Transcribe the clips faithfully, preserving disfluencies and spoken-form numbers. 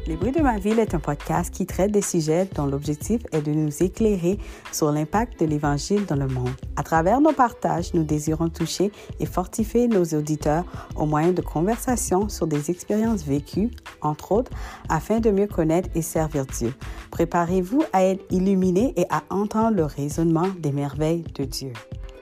Les bruits de ma ville est un podcast qui traite des sujets dont l'objectif est de nous éclairer sur l'impact de l'Évangile dans le monde. À travers nos partages, nous désirons toucher et fortifier nos auditeurs au moyen de conversations sur des expériences vécues, entre autres, afin de mieux connaître et servir Dieu. Préparez-vous à être illuminés et à entendre le raisonnement des merveilles de Dieu.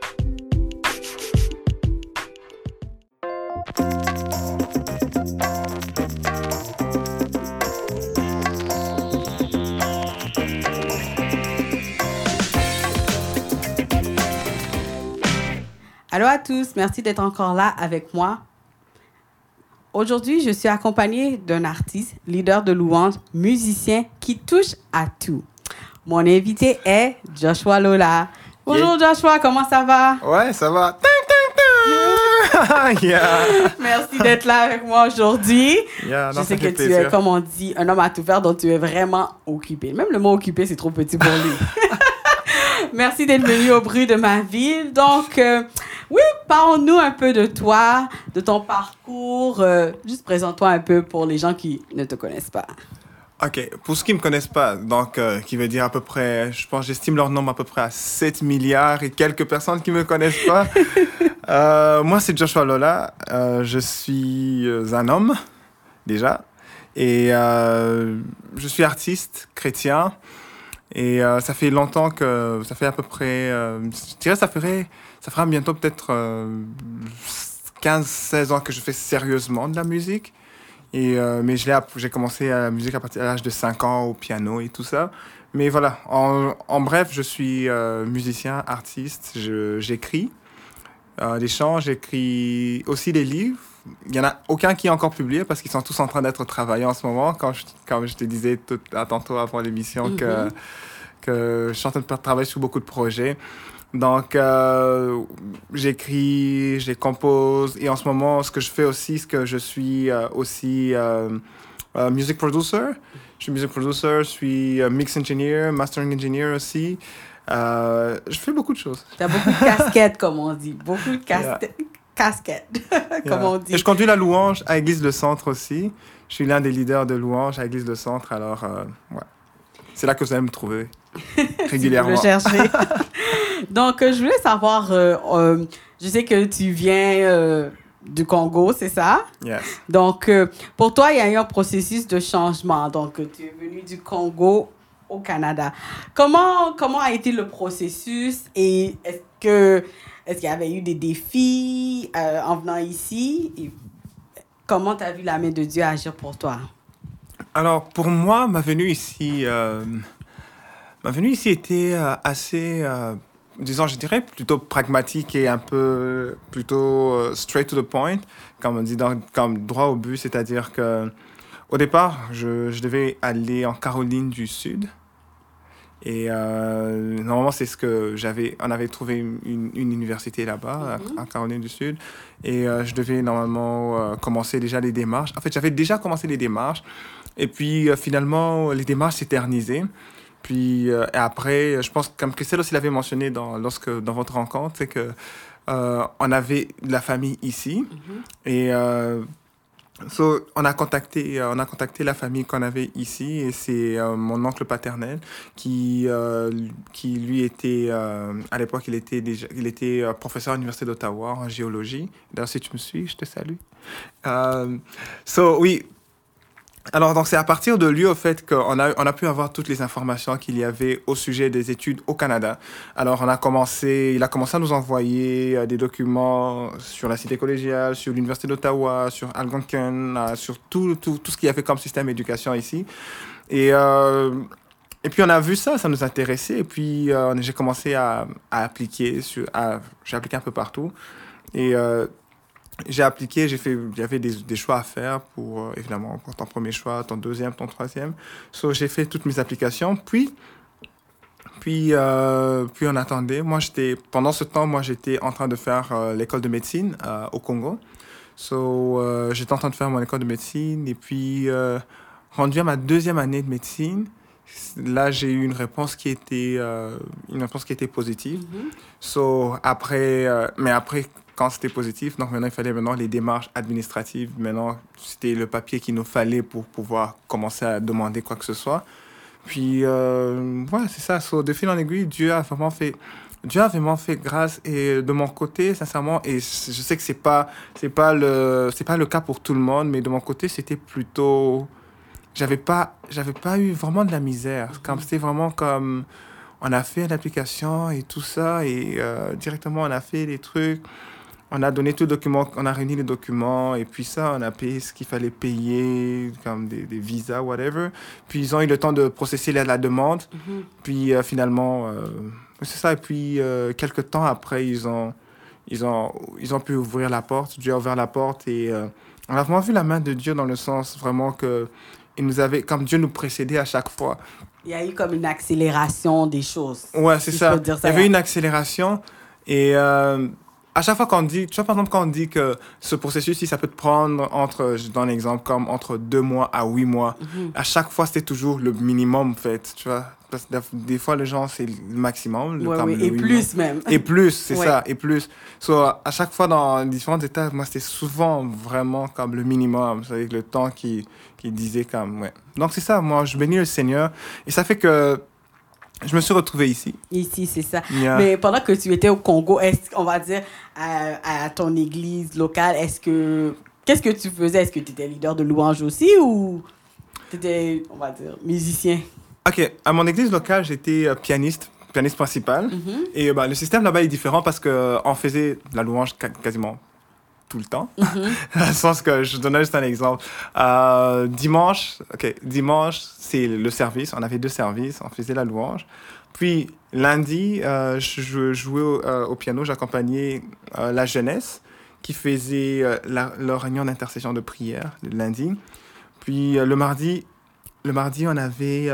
Allô à tous, merci d'être encore là avec moi. Aujourd'hui, je suis accompagnée d'un artiste, leader de louange, musicien qui touche à tout. Mon invité est Joshua Lola. Bonjour yeah. Joshua, comment ça va? Ouais, ça va. yeah. Merci d'être là avec moi aujourd'hui. Yeah, non, je sais que plaisir. tu es, comme on dit, un homme à tout faire, donc tu es vraiment occupé. Même le mot occupé, c'est trop petit pour lui. Merci d'être venu au bruit de ma ville. Donc, euh, oui, parle-nous un peu de toi, de ton parcours. Euh, juste présente-toi un peu pour les gens qui ne te connaissent pas. OK. Pour ceux qui ne me connaissent pas, donc, euh, qui veut dire à peu près, je pense, j'estime leur nombre à peu près à sept milliards et quelques personnes qui ne me connaissent pas. euh, moi, c'est Joshua Lola. Euh, je suis un homme, déjà. Et euh, je suis artiste chrétien. Et euh, ça fait longtemps que, ça fait à peu près, euh, je dirais ça ferait, ça fera bientôt peut-être euh, quinze seize ans que je fais sérieusement de la musique. Et, euh, mais je l'ai, j'ai commencé à la musique à partir de l'âge de cinq ans au piano et tout ça. Mais voilà, en, en bref, je suis euh, musicien, artiste, je, j'écris euh, des chants, j'écris aussi des livres. Il n'y en a aucun qui est encore publié parce qu'ils sont tous en train d'être travaillés en ce moment. Quand je, comme je te disais tout, à tantôt avant l'émission, mm-hmm. que, que je suis en train de travailler sur beaucoup de projets. Donc, euh, j'écris, je les compose. Et en ce moment, ce que je fais aussi, c'est que je suis euh, aussi euh, euh, music producer. Je suis music producer, je suis euh, mix engineer, mastering engineer aussi. Euh, je fais beaucoup de choses. Tu as beaucoup de casquettes, comme on dit. Beaucoup de casquettes. Yeah. Casquette, comme yeah. on dit. Et je conduis la louange à Église Le Centre aussi. Je suis l'un des leaders de louange à Église Le Centre, alors euh, ouais. C'est là que vous allez me trouver régulièrement. Si vous le cherchez. Donc, euh, je voulais savoir, euh, euh, je sais que tu viens euh, du Congo, c'est ça? Yes. Donc, euh, pour toi, il y a eu un processus de changement. Donc, tu es venu du Congo au Canada. Comment, comment a été le processus et est-ce que Est-ce qu'il y avait eu des défis euh, en venant ici? Et comment tu as vu la main de Dieu agir pour toi? Alors, pour moi, ma venue ici, euh, ma venue ici était euh, assez, euh, disons, je dirais, plutôt pragmatique et un peu plutôt euh, straight to the point, comme on dit, dans, comme droit au but. C'est-à-dire que, au départ, je, je devais aller en Caroline du Sud. Et euh, normalement, c'est ce que j'avais... On avait trouvé une, une, une université là-bas, mm-hmm. en Caroline du Sud. Et euh, je devais normalement euh, commencer déjà les démarches. En fait, j'avais déjà commencé les démarches. Et puis, euh, finalement, les démarches s'éternisaient. Puis, euh, et après, je pense, comme Christelle aussi l'avait mentionné dans, lorsque, dans votre rencontre, c'est qu'on euh, avait de la famille ici. Mm-hmm. Et... Euh, So, on a contacté, euh, on a contacté la famille qu'on avait ici et c'est euh, mon oncle paternel qui, euh, qui lui était, euh, à l'époque, il était, déjà, il était euh, professeur à l'Université d'Ottawa en géologie. D'ailleurs, si tu me suis, je te salue. Euh, so, oui. Alors, donc, c'est à partir de lui, au fait, qu'on a, on a pu avoir toutes les informations qu'il y avait au sujet des études au Canada. Alors, on a commencé, il a commencé à nous envoyer euh, des documents sur la cité collégiale, sur l'Université d'Ottawa, sur Algonquin, euh, sur tout, tout, tout ce qu'il y avait comme système d'éducation ici. Et, euh, et puis, on a vu ça, ça nous intéressait. Et puis, euh, j'ai commencé à, à appliquer, sur, à, j'ai appliqué un peu partout. Et... Euh, J'ai appliqué, j'ai fait, j'avais des, des choix à faire pour, euh, évidemment, pour ton premier choix, ton deuxième, ton troisième. So, j'ai fait toutes mes applications. Puis, puis, euh, puis on attendait. Moi, j'étais, pendant ce temps, moi, j'étais en train de faire euh, l'école de médecine euh, au Congo. So, euh, j'étais en train de faire mon école de médecine. Et puis, euh, rendu à ma deuxième année de médecine, là, j'ai eu une réponse qui était, euh, une réponse qui était positive. Mm-hmm. So, après, euh, mais après, quand c'était positif. Donc maintenant, il fallait maintenant les démarches administratives. Maintenant, c'était le papier qu'il nous fallait pour pouvoir commencer à demander quoi que ce soit. Puis, euh, ouais, c'est ça. So, de fil en aiguille, Dieu a vraiment fait... Dieu a vraiment fait grâce et de mon côté, sincèrement, et je sais que c'est pas, c'est pas le, c'est pas le cas pour tout le monde, mais de mon côté, c'était plutôt, j'avais pas, j'avais pas eu vraiment de la misère. Mm-hmm. Comme c'était vraiment comme, on a fait l'application et tout ça, et euh, directement on a fait les trucs, on a donné tous les documents, on a réuni les documents, et puis ça, on a payé ce qu'il fallait payer, comme des, des visas, whatever. Puis ils ont eu le temps de processer la, la demande, mm-hmm. puis euh, finalement. Euh, C'est ça, et puis euh, quelques temps après, ils ont, ils, ont, ils ont pu ouvrir la porte. Dieu a ouvert la porte et euh, on a vraiment vu la main de Dieu dans le sens vraiment que il nous avait, comme Dieu nous précédait à chaque fois. Il y a eu comme une accélération des choses. Ouais, c'est si ça. ça. Il y avait une accélération et euh, à chaque fois qu'on dit, tu vois, par exemple, quand on dit que ce processus, ça peut te prendre entre, je donne un exemple, comme entre deux mois à huit mois, mm-hmm. à chaque fois, c'était toujours le minimum, en fait, tu vois. Parce que des fois, les gens, c'est le maximum. Le, ouais, comme oui, le et plus mois. Même. Et plus, c'est ouais. ça, et plus. So, à chaque fois, dans différentes étapes, moi, c'était souvent vraiment comme le minimum, avec le temps qui, qui disait comme, ouais. Donc, c'est ça, moi, je bénis le Seigneur. Et ça fait que je me suis retrouvé ici. Ici, c'est ça. Yeah. Mais pendant que tu étais au Congo, est-ce qu'on va dire, à, à ton église locale, est-ce que... Qu'est-ce que tu faisais? Est-ce que tu étais leader de louange aussi ou tu étais, on va dire, musicien? OK. À mon église locale, j'étais pianiste, pianiste principal. Mm-hmm. Et bah, le système là-bas est différent parce qu'on faisait de la louange quasiment tout le temps. Mm-hmm. Dans le sens que, je donne juste un exemple. Euh, dimanche, OK, dimanche, c'est le service. On avait deux services. On faisait la louange. Puis, lundi, euh, je jouais au, euh, au piano. J'accompagnais euh, la jeunesse qui faisait euh, la, leur réunion d'intercession de prière le lundi. Puis, euh, le mardi... Le mardi, on avait...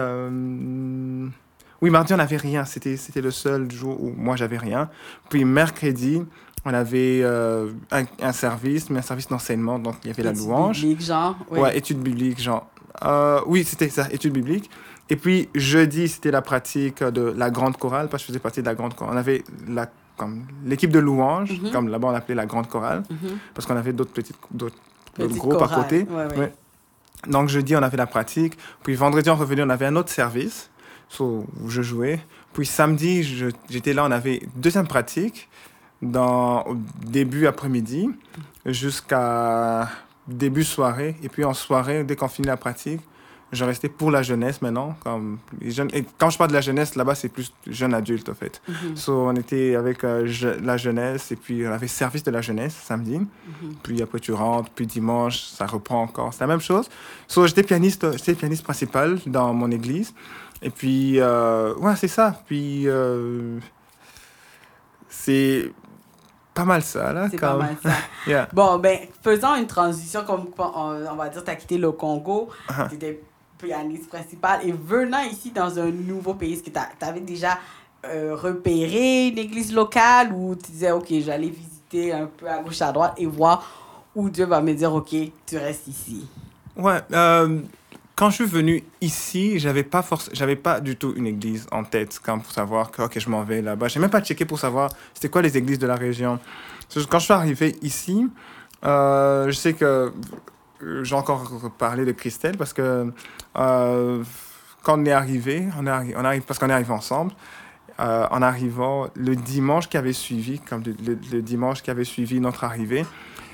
Euh... Oui, mardi, on n'avait rien. C'était, c'était le seul jour où moi, j'avais rien. Puis, mercredi, on avait euh, un, un service, mais un service d'enseignement. Donc, il y avait études la louange. Études bibliques, genre. Oui. Ouais, études bibliques, genre. Euh, oui, c'était ça, études bibliques. Et puis, jeudi, c'était la pratique de la grande chorale, parce que je faisais partie de la grande chorale. On avait la, comme, l'équipe de louange, mm-hmm. comme là-bas, on l'appelait la grande chorale, mm-hmm. parce qu'on avait d'autres petites, d'autres, d'autres groupes chorale. À côté. Ouais, ouais. Ouais. Donc, jeudi, on avait la pratique. Puis, vendredi, on revenait, on avait un autre service so, où je jouais. Puis, samedi, je, j'étais là, on avait deuxième pratique dans, au début après-midi jusqu'à début soirée. Et puis, en soirée, dès qu'on finit la pratique, je restais pour la jeunesse maintenant. Comme les jeunes, et quand je parle de la jeunesse, là-bas, c'est plus jeune adulte, en fait. Mm-hmm. So, on était avec euh, je, la jeunesse et puis on avait service de la jeunesse samedi. Mm-hmm. Puis après, tu rentres. Puis dimanche, ça reprend encore. C'est la même chose. So, j'étais pianiste, j'étais pianiste principal dans mon église. Et puis, euh, ouais, c'est ça. Puis, euh, c'est pas mal ça, là. C'est comme... pas mal ça. Yeah. Bon, ben, faisant une transition, comme on, on va dire, tu as quitté le Congo, uh-huh. tu étais pianiste principal, et venant ici dans un nouveau pays, est-ce que tu avais déjà euh, repéré une église locale ou tu disais, OK, j'allais visiter un peu à gauche, à droite et voir où Dieu va me dire, OK, tu restes ici? Ouais, euh, quand je suis venu ici, j'avais pas forc- j'avais pas du tout une église en tête, comme pour savoir que OK, je m'en vais là-bas. J'ai même pas checké pour savoir c'était quoi les églises de la région. Quand je suis arrivé ici, euh, je sais que j'ai encore parlé de Christelle parce que euh, quand on est arrivé, on, est arri- on arrive parce qu'on est arrivé ensemble. Euh, en arrivant, le dimanche qui avait suivi, comme le, le, le dimanche qui avait suivi notre arrivée,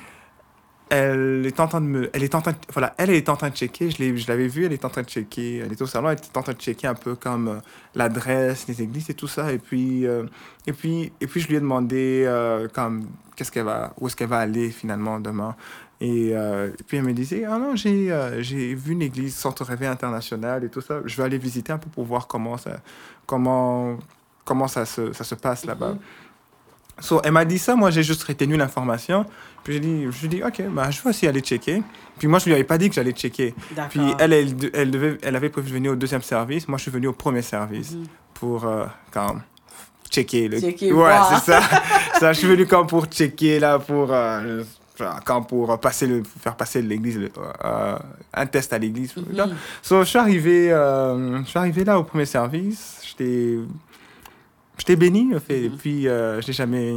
elle est en train de me, elle est en train de, voilà, elle est en train de checker. Je l'ai, je l'avais vue, elle est en train de checker. Elle était au salon, elle était en train de checker un peu comme euh, l'adresse, les églises et tout ça. Et puis, euh, et puis, et puis je lui ai demandé euh, comme qu'est-ce qu'elle va, où est-ce qu'elle va aller finalement demain. Et, euh, et puis elle me disait, ah non, j'ai, euh, j'ai vu une église Centre Réveil International et tout ça. Je vais aller visiter un peu pour voir comment ça, comment, comment ça se, ça se passe là-bas. Mm-hmm. So, elle m'a dit ça, moi j'ai juste retenu l'information. Puis j'ai dit, je lui ai dit, ok, bah, je vais aussi aller checker. Puis moi je lui avais pas dit que j'allais checker. D'accord. Puis elle, elle, elle, devait, elle avait prévu de venir au deuxième service. Moi je suis venu au premier service mm-hmm. pour euh, quand, checker. Le... Checker, ouais, voir. c'est ça. ça. Je suis venu comme pour checker, là, pour, euh, quand pour, passer le, faire passer l'église, le, euh, un test à l'église. Mm-hmm. So, je, suis arrivé, euh, je suis arrivé là au premier service. J'étais, j'étais béni, en fait. Mm-hmm. Et puis, euh, je n'ai jamais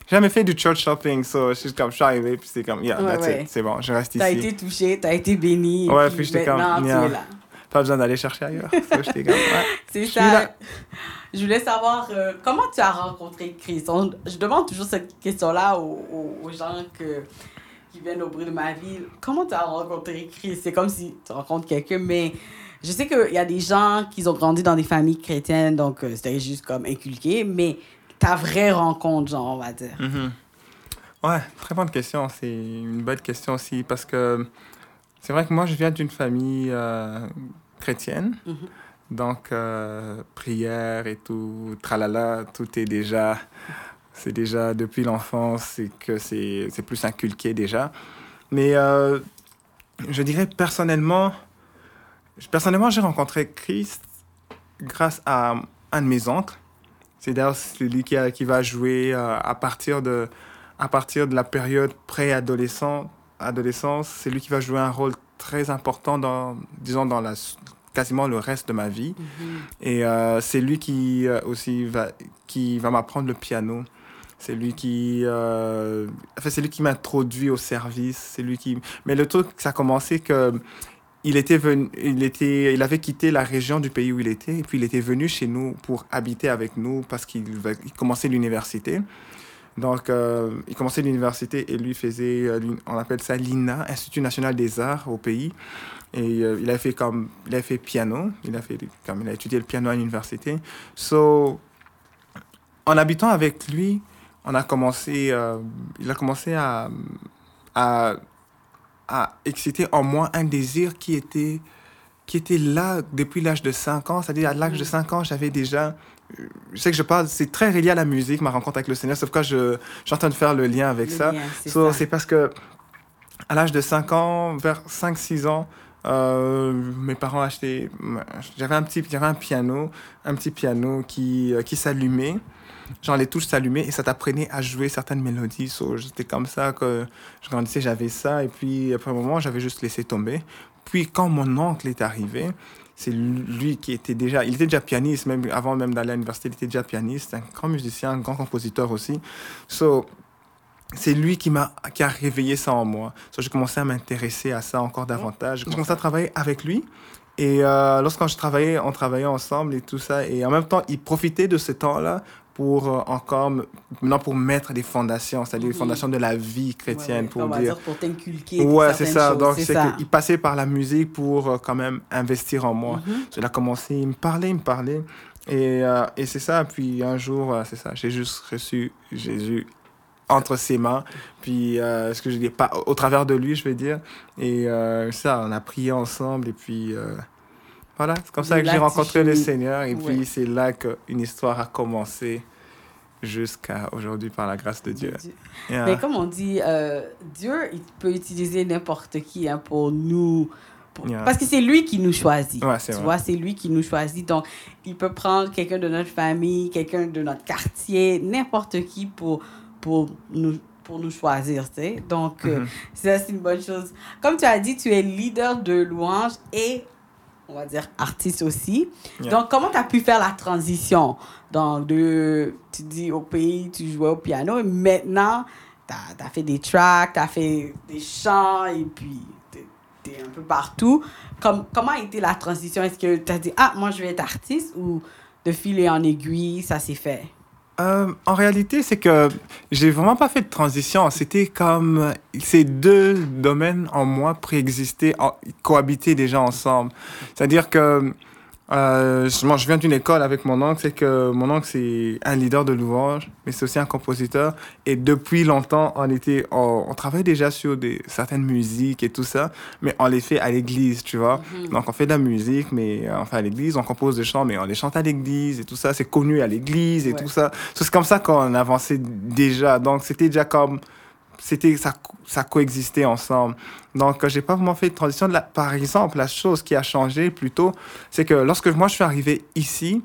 jamais fait du church shopping, so, je suis comme, je suis arrivé, puis c'est comme, yeah, Ouais, that's ouais. it, c'est bon, je reste T'as ici. été touché, t'as été béni. Ouais, puis puis j'étais comme, maintenant, yeah. tu es là. Pas besoin d'aller chercher ailleurs. So, j'étais comme, ouais. C'est Je suis ça. là. Je voulais savoir euh, comment tu as rencontré Christ. On- je demande toujours cette question-là aux, aux, aux gens que, qui viennent au bruit de ma vie. Comment tu as rencontré Christ? C'est comme si tu rencontres quelqu'un, mais je sais qu'il y a des gens qui ont grandi dans des familles chrétiennes, donc euh, c'était juste comme inculqué, mais ta vraie rencontre, genre, on va dire. Mhm. Ouais, très bonne question. C'est une bonne question aussi parce que c'est vrai que moi, je viens d'une famille euh, chrétienne. Mhm. Donc, euh, prière et tout, tralala, tout est déjà, c'est déjà depuis l'enfance, c'est que c'est, c'est plus inculqué déjà. Mais euh, je dirais personnellement, personnellement, j'ai rencontré Christ grâce à un de mes oncles. C'est d'ailleurs celui qui, a, qui va jouer euh, à partir de, à partir de la période pré-adolescente, adolescence, c'est lui qui va jouer un rôle très important dans, disons, dans la, quasiment le reste de ma vie. Mm-hmm. Et euh, c'est lui qui euh, aussi va, qui va m'apprendre le piano. C'est lui qui, euh, enfin, c'est lui qui m'introduit au service. C'est lui qui. Mais le truc, ça a commencé que il était venu, il était, il avait quitté la région du pays où il était, et puis il était venu chez nous pour habiter avec nous parce qu'il il commençait l'université. Donc, euh, il commençait l'université et lui faisait, euh, on appelle ça l'I N A, Institut national des arts au pays. Et euh, il a fait comme, il a fait piano, il a fait comme, il a étudié le piano à l'université. So, en habitant avec lui, on a commencé, euh, il a commencé à, à, à exciter en moi un désir qui était, qui était là depuis l'âge de cinq ans. C'est-à-dire, à l'âge de cinq ans, j'avais déjà, je sais que je parle, c'est très relié à la musique, ma rencontre avec le Seigneur, sauf que je, je suis en train de faire le lien avec Le ça. lien, c'est So, ça. c'est parce que, à l'âge de cinq ans, vers cinq six ans, euh, mes parents achetaient, j'avais un petit, j'avais un piano, un petit piano qui, euh, qui s'allumait. Genre, les touches s'allumaient et ça t'apprenait à jouer certaines mélodies. So, c'était comme ça que je grandissais, j'avais ça. Et puis, après un moment, j'avais juste laissé tomber. Puis, quand mon oncle est arrivé, c'est lui qui était déjà... Il était déjà pianiste, même avant même d'aller à l'université, il était déjà pianiste. Un grand musicien, un grand compositeur aussi. So, c'est lui qui m'a qui a réveillé ça en moi. So, j'ai commencé à m'intéresser à ça encore davantage. J'ai commencé à travailler avec lui. Et euh, lorsque je travaillais, on travaillait ensemble et tout ça. Et en même temps, il profitait de ce temps-là pour euh, encore, maintenant pour mettre des fondations, c'est-à-dire mm-hmm. les fondations de la vie chrétienne, ouais, pour on va dire... dire pour t'inculquer ouais, c'est ça. choses, Donc, c'est c'est ça. qu'il passait par la musique pour euh, quand même investir en moi. Mm-hmm. So, il a commencé, il me parlait, il me parlait. Et, euh, et c'est ça. Puis un jour, euh, c'est ça, j'ai juste reçu Jésus entre ses mains, puis euh, ce que je dis, pas au travers de lui, je vais dire. Et euh, ça, on a prié ensemble, et puis... Euh, voilà, c'est comme ça que j'ai rencontré le Seigneur et puis ouais. c'est là qu'une histoire a commencé jusqu'à aujourd'hui par la grâce de Dieu. Dieu. Yeah. Mais comme on dit, euh, Dieu, il peut utiliser n'importe qui hein, pour nous... Pour... Yeah. Parce que c'est lui qui nous choisit. Ouais, c'est tu vrai. vois, c'est lui qui nous choisit. Donc, il peut prendre quelqu'un de notre famille, quelqu'un de notre quartier, n'importe qui pour, pour nous... pour nous choisir, tu sais. Donc, mm-hmm. euh, ça, c'est une bonne chose. Comme tu as dit, tu es leader de louange et... on va dire artiste aussi. Yeah. Donc, comment tu as pu faire la transition? Donc, de, tu dis au pays, tu jouais au piano, et maintenant, tu as fait des tracks, tu as fait des chants, et puis tu es un peu partout. Comme, comment a été la transition? Est-ce que tu as dit, ah, moi, je vais être artiste, ou de fil en aiguille, ça s'est fait? Euh, en réalité, c'est que j'ai vraiment pas fait de transition. C'était comme ces deux domaines en moi préexistaient, en, cohabitaient déjà ensemble. C'est-à-dire que euh, moi, je viens d'une école avec mon oncle. C'est que mon oncle c'est un leader de louange, mais c'est aussi un compositeur. Et depuis longtemps, on était, on, on travaille déjà sur des certaines musiques et tout ça, mais on les fait à l'église, tu vois. Mm-hmm. Donc on fait de la musique, mais on fait à l'église. On compose des chants, mais on les chante à l'église et tout ça. C'est connu à l'église et ouais. tout ça. C'est comme ça qu'on avançait déjà. Donc c'était déjà comme c'était ça, ça coexistait ensemble. Donc, j'ai pas vraiment fait de transition. La, par exemple, la chose qui a changé plutôt, c'est que lorsque moi je suis arrivé ici,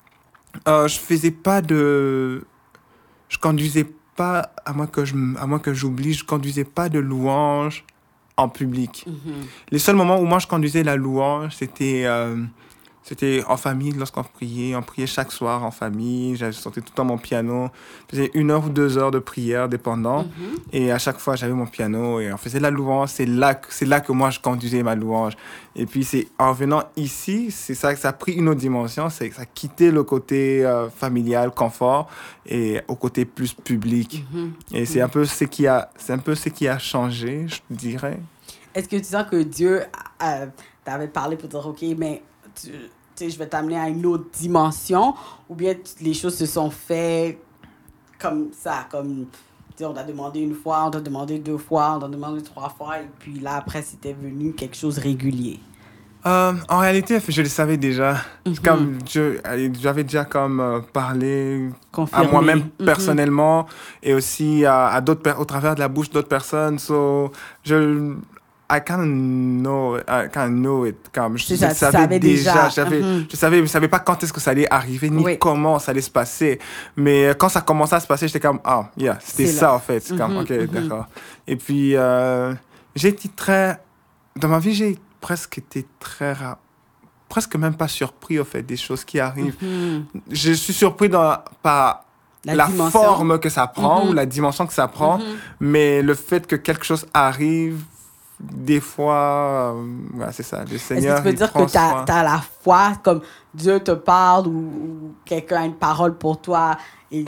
euh, je faisais pas de, je conduisais pas à moins que je, à moins que j'oublie, je conduisais pas de louange en public. Mm-hmm. Les seuls moments où moi je conduisais la louange, c'était euh, C'était en famille, lorsqu'on priait. On priait chaque soir en famille. J'avais sorti tout le temps mon piano. Je faisais une heure ou deux heures de prière, dépendant. Mm-hmm. Et à chaque fois, j'avais mon piano et on faisait de la louange. C'est là, que- c'est là que moi, je conduisais ma louange. Et puis, c'est en venant ici, c'est ça que ça a pris une autre dimension. C'est que ça a quitté le côté euh, familial, confort, et au côté plus public. Mm-hmm. Et c'est un peu ce qui a, c'est un peu ce qui a changé, je dirais. Est-ce que tu sens que Dieu euh, t'avait parlé pour dire, OK, mais tu, tu sais, je vais t'amener à une autre dimension, ou bien tu- les choses se sont faites comme ça, comme, tu sais, on t'a demandé une fois, on t'a demandé deux fois, on t'a demandé trois fois, et puis là, après, c'était venu quelque chose de régulier? Euh, en réalité, je le savais déjà. Mm-hmm. Comme je, j'avais déjà comme euh, parlé Confirmé. à moi-même Mm-hmm. personnellement et aussi à, à d'autres per- au travers de la bouche d'autres personnes. So, je I kind of know, I kind of know it. Comme je, C'est je ça, le tu savais savais déjà. déjà. J'avais, Mm-hmm. je savais, je savais pas quand est-ce que ça allait arriver ni Oui. comment ça allait se passer. Mais euh, quand ça commençait à se passer, j'étais comme ah, yeah, c'était C'est ça là. en fait. C'est Mm-hmm. comme ok, Mm-hmm. d'accord. Et puis euh, j'ai été très dans ma vie, j'ai presque été très ra- presque même pas surpris au fait des choses qui arrivent. Mm-hmm. Je suis surpris dans, par La la, dimension. forme que ça prend Mm-hmm. ou la dimension que ça prend, Mm-hmm. mais le fait que quelque chose arrive, des fois, euh, ouais, c'est ça, le Seigneur, Est-ce que tu peux il dire prend que tu as soin. la foi, comme Dieu te parle ou, ou quelqu'un a une parole pour toi et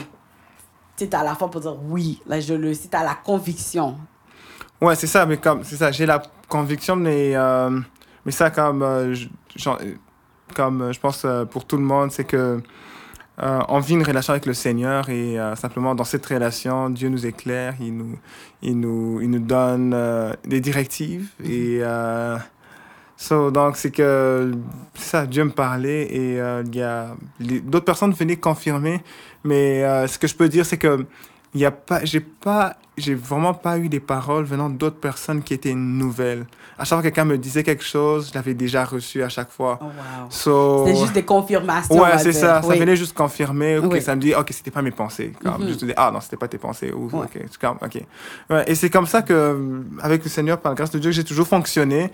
tu as la foi pour dire oui, là je le sais, tu as la conviction. Ouais, c'est ça, mais comme, c'est ça, j'ai la conviction, mais, euh, mais ça, comme, euh, je- genre, comme euh, je pense euh, pour tout le monde, c'est que Euh, on vit une relation avec le Seigneur et euh, simplement dans cette relation, Dieu nous éclaire, il nous, il nous, il nous donne euh, des directives. Mm-hmm. Et euh, so, donc, c'est que c'est ça, Dieu me parlait et euh, il y a les, d'autres personnes venaient confirmer. Mais euh, ce que je peux dire, c'est que il y a pas, j'ai pas, j'ai vraiment pas eu des paroles venant d'autres personnes qui étaient nouvelles. À chaque fois que quelqu'un me disait quelque chose, je l'avais déjà reçu à chaque fois. Oh, wow. So, c'était juste des confirmations. ouais, c'est dire. ça. Oui. Ça venait juste confirmer. Ok, Oui. ça me dit, ok, c'était pas mes pensées. Comme, Mm-hmm. juste dire, ah non, c'était pas tes pensées. Ou, Ouais. ok, c'est comme, ok. Ouais, et c'est comme ça que, avec le Seigneur, par la grâce de Dieu, j'ai toujours fonctionné.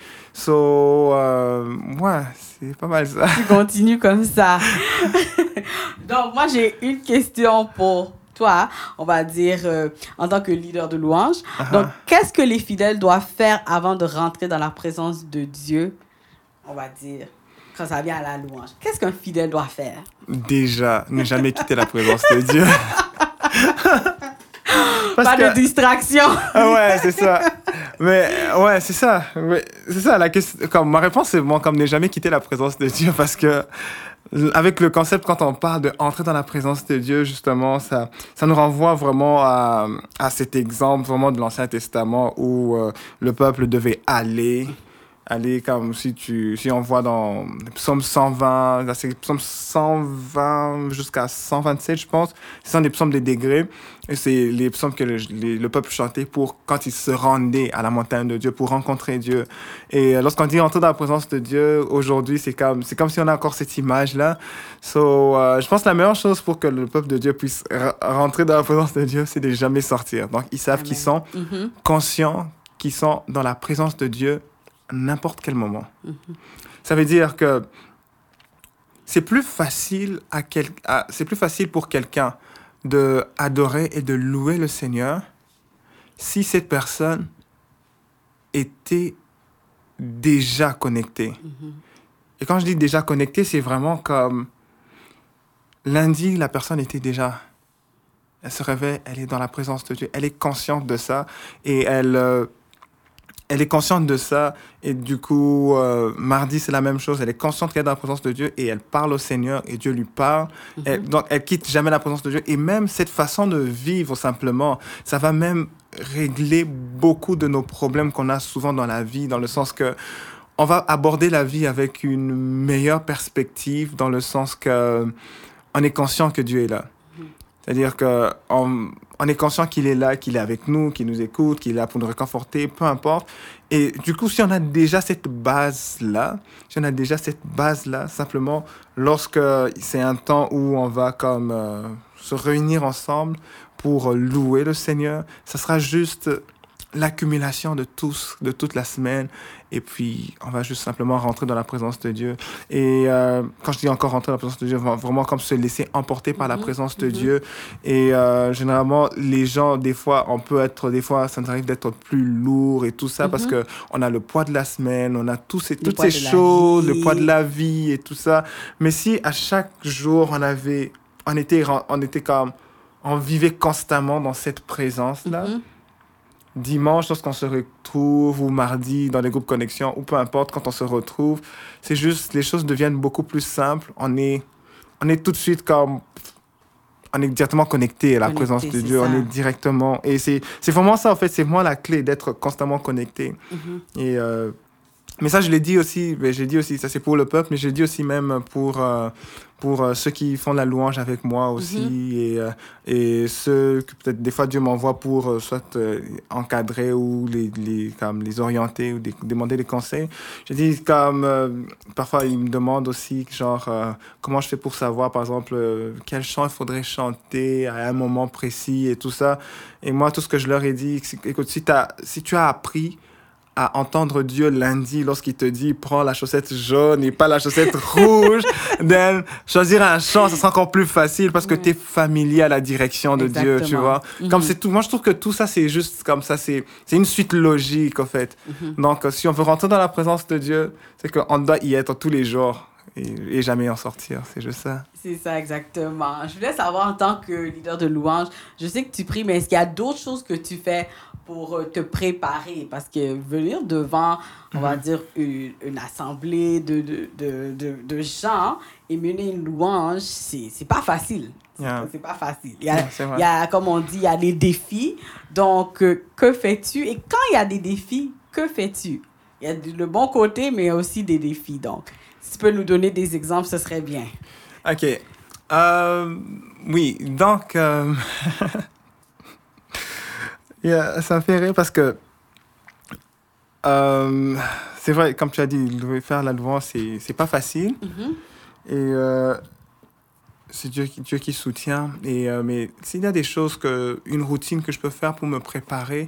So, euh, ouais, c'est pas mal ça. Tu continues comme ça. Donc, moi, j'ai une question pour toi, on va dire, euh, en tant que leader de louange. Uh-huh. Donc, qu'est-ce que les fidèles doivent faire avant de rentrer dans la présence de Dieu, on va dire, quand ça vient à la louange? Qu'est-ce qu'un fidèle doit faire? Déjà, ne jamais quitter la présence de Dieu. Parce Pas que, de distraction. Ah ouais, c'est ça. Mais ouais, c'est ça. Mais, c'est ça la question. Comme, ma réponse, c'est bon, comme ne jamais quitter la présence de Dieu parce que avec le concept, quand on parle de entrer dans la présence de Dieu, justement, ça, ça nous renvoie vraiment à, à cet exemple vraiment de l'Ancien Testament où euh, le peuple devait aller, aller comme si tu, si on voit dans le psaume cent vingt, là, c'est le psaume cent vingt jusqu'à cent vingt-sept, je pense. Ce sont des psaumes des degrés. Et c'est les psaumes que le, les, le peuple chantait pour quand il se rendait à la montagne de Dieu, pour rencontrer Dieu. Et lorsqu'on dit entrer dans la présence de Dieu, aujourd'hui, c'est comme, c'est comme si on a encore cette image-là. So, euh, je pense que la meilleure chose pour que le peuple de Dieu puisse r- rentrer dans la présence de Dieu, c'est de jamais sortir. Donc, ils savent Amen. qu'ils sont Mm-hmm. conscients qu'ils sont dans la présence de Dieu à n'importe quel moment. Mm-hmm. Ça veut dire que c'est plus facile, à quel, à, c'est plus facile pour quelqu'un de adorer et de louer le Seigneur si cette personne était déjà connectée. Mm-hmm. Et quand je dis déjà connectée, c'est vraiment comme lundi, la personne était déjà... Elle se réveille, elle est dans la présence de Dieu, elle est consciente de ça et elle... Euh, Elle est consciente de ça et du coup, euh, mardi, c'est la même chose. Elle est consciente qu'elle est dans la présence de Dieu et elle parle au Seigneur et Dieu lui parle. Mm-hmm. Elle, donc, elle quitte jamais la présence de Dieu. Et même cette façon de vivre simplement, ça va même régler beaucoup de nos problèmes qu'on a souvent dans la vie, dans le sens que on va aborder la vie avec une meilleure perspective, dans le sens que on est conscient que Dieu est là. Mm-hmm. C'est-à-dire que on, on est conscient qu'il est là, qu'il est avec nous, qu'il nous écoute, qu'il est là pour nous réconforter, peu importe. Et du coup, si on a déjà cette base-là, si on a déjà cette base-là, simplement, lorsque c'est un temps où on va comme euh, se réunir ensemble pour louer le Seigneur, ça sera juste l'accumulation de tous, de toute la semaine. Et puis, on va juste simplement rentrer dans la présence de Dieu. Et euh, quand je dis encore rentrer dans la présence de Dieu, vraiment comme se laisser emporter par mm-hmm. la présence de mm-hmm. Dieu. Et euh, généralement, les gens, des fois, on peut être, des fois, ça nous arrive d'être plus lourd et tout ça mm-hmm. parce qu'on a le poids de la semaine, on a tous ces, toutes ces choses, le poids de la vie et tout ça. Mais si à chaque jour, on avait, on était, on était comme, on vivait constamment dans cette présence-là, mm-hmm. dimanche, lorsqu'on se retrouve, ou mardi, dans les groupes connexion, ou peu importe, quand on se retrouve, c'est juste, les choses deviennent beaucoup plus simples. On est, on est tout de suite comme, on est directement connecté à la connecté, présence de Dieu. Ça. On est directement, et c'est, c'est vraiment ça, en fait, c'est vraiment la clé d'être constamment connecté. Mm-hmm. Et, euh, mais ça, je l'ai dit aussi, mais j'ai dit aussi, ça c'est pour le peuple, mais j'ai dit aussi même pour, euh, pour euh, ceux qui font la louange avec moi aussi, mm-hmm. et, euh, et ceux que peut-être des fois Dieu m'envoie pour euh, soit euh, encadrer ou les, les, comme, les orienter ou des, demander des conseils. J'ai dit comme, euh, parfois ils me demandent aussi, genre, euh, comment je fais pour savoir, par exemple, euh, quel chant il faudrait chanter à un moment précis et tout ça. Et moi, tout ce que je leur ai dit, c'est, écoute, si, t'as, si tu as appris à entendre Dieu lundi lorsqu'il te dit prends la chaussette jaune et pas la chaussette rouge, then choisir un chant, ça sera encore plus facile parce que oui. tu es familier à la direction de Exactement. Dieu, tu vois. Mm-hmm. Comme c'est tout, moi je trouve que tout ça c'est juste comme ça, c'est, c'est une suite logique en fait. Mm-hmm. Donc si on veut rentrer dans la présence de Dieu, c'est qu'on doit y être tous les jours. Et, et jamais en sortir, c'est juste ça. C'est ça, exactement. Je voulais savoir, en tant que leader de louange, je sais que tu pries, mais est-ce qu'il y a d'autres choses que tu fais pour te préparer? Parce que venir devant, on mm-hmm. va dire, une, une assemblée de, de, de, de, de gens et mener une louange, c'est, c'est pas facile. Yeah. C'est pas facile. Il y, a, yeah, il y a, comme on dit, il y a des défis. Donc, euh, que fais-tu? Et quand il y a des défis, que fais-tu? Il y a le bon côté, mais aussi des défis, donc. Si tu peux nous donner des exemples, ce serait bien. OK. Euh, oui, donc, euh, yeah, ça me fait rire parce que euh, c'est vrai, comme tu as dit, faire la louange, c'est, c'est pas facile. Mm-hmm. Et euh, c'est Dieu, Dieu qui soutient. Et, euh, mais s'il y a des choses, que, une routine que je peux faire pour me préparer,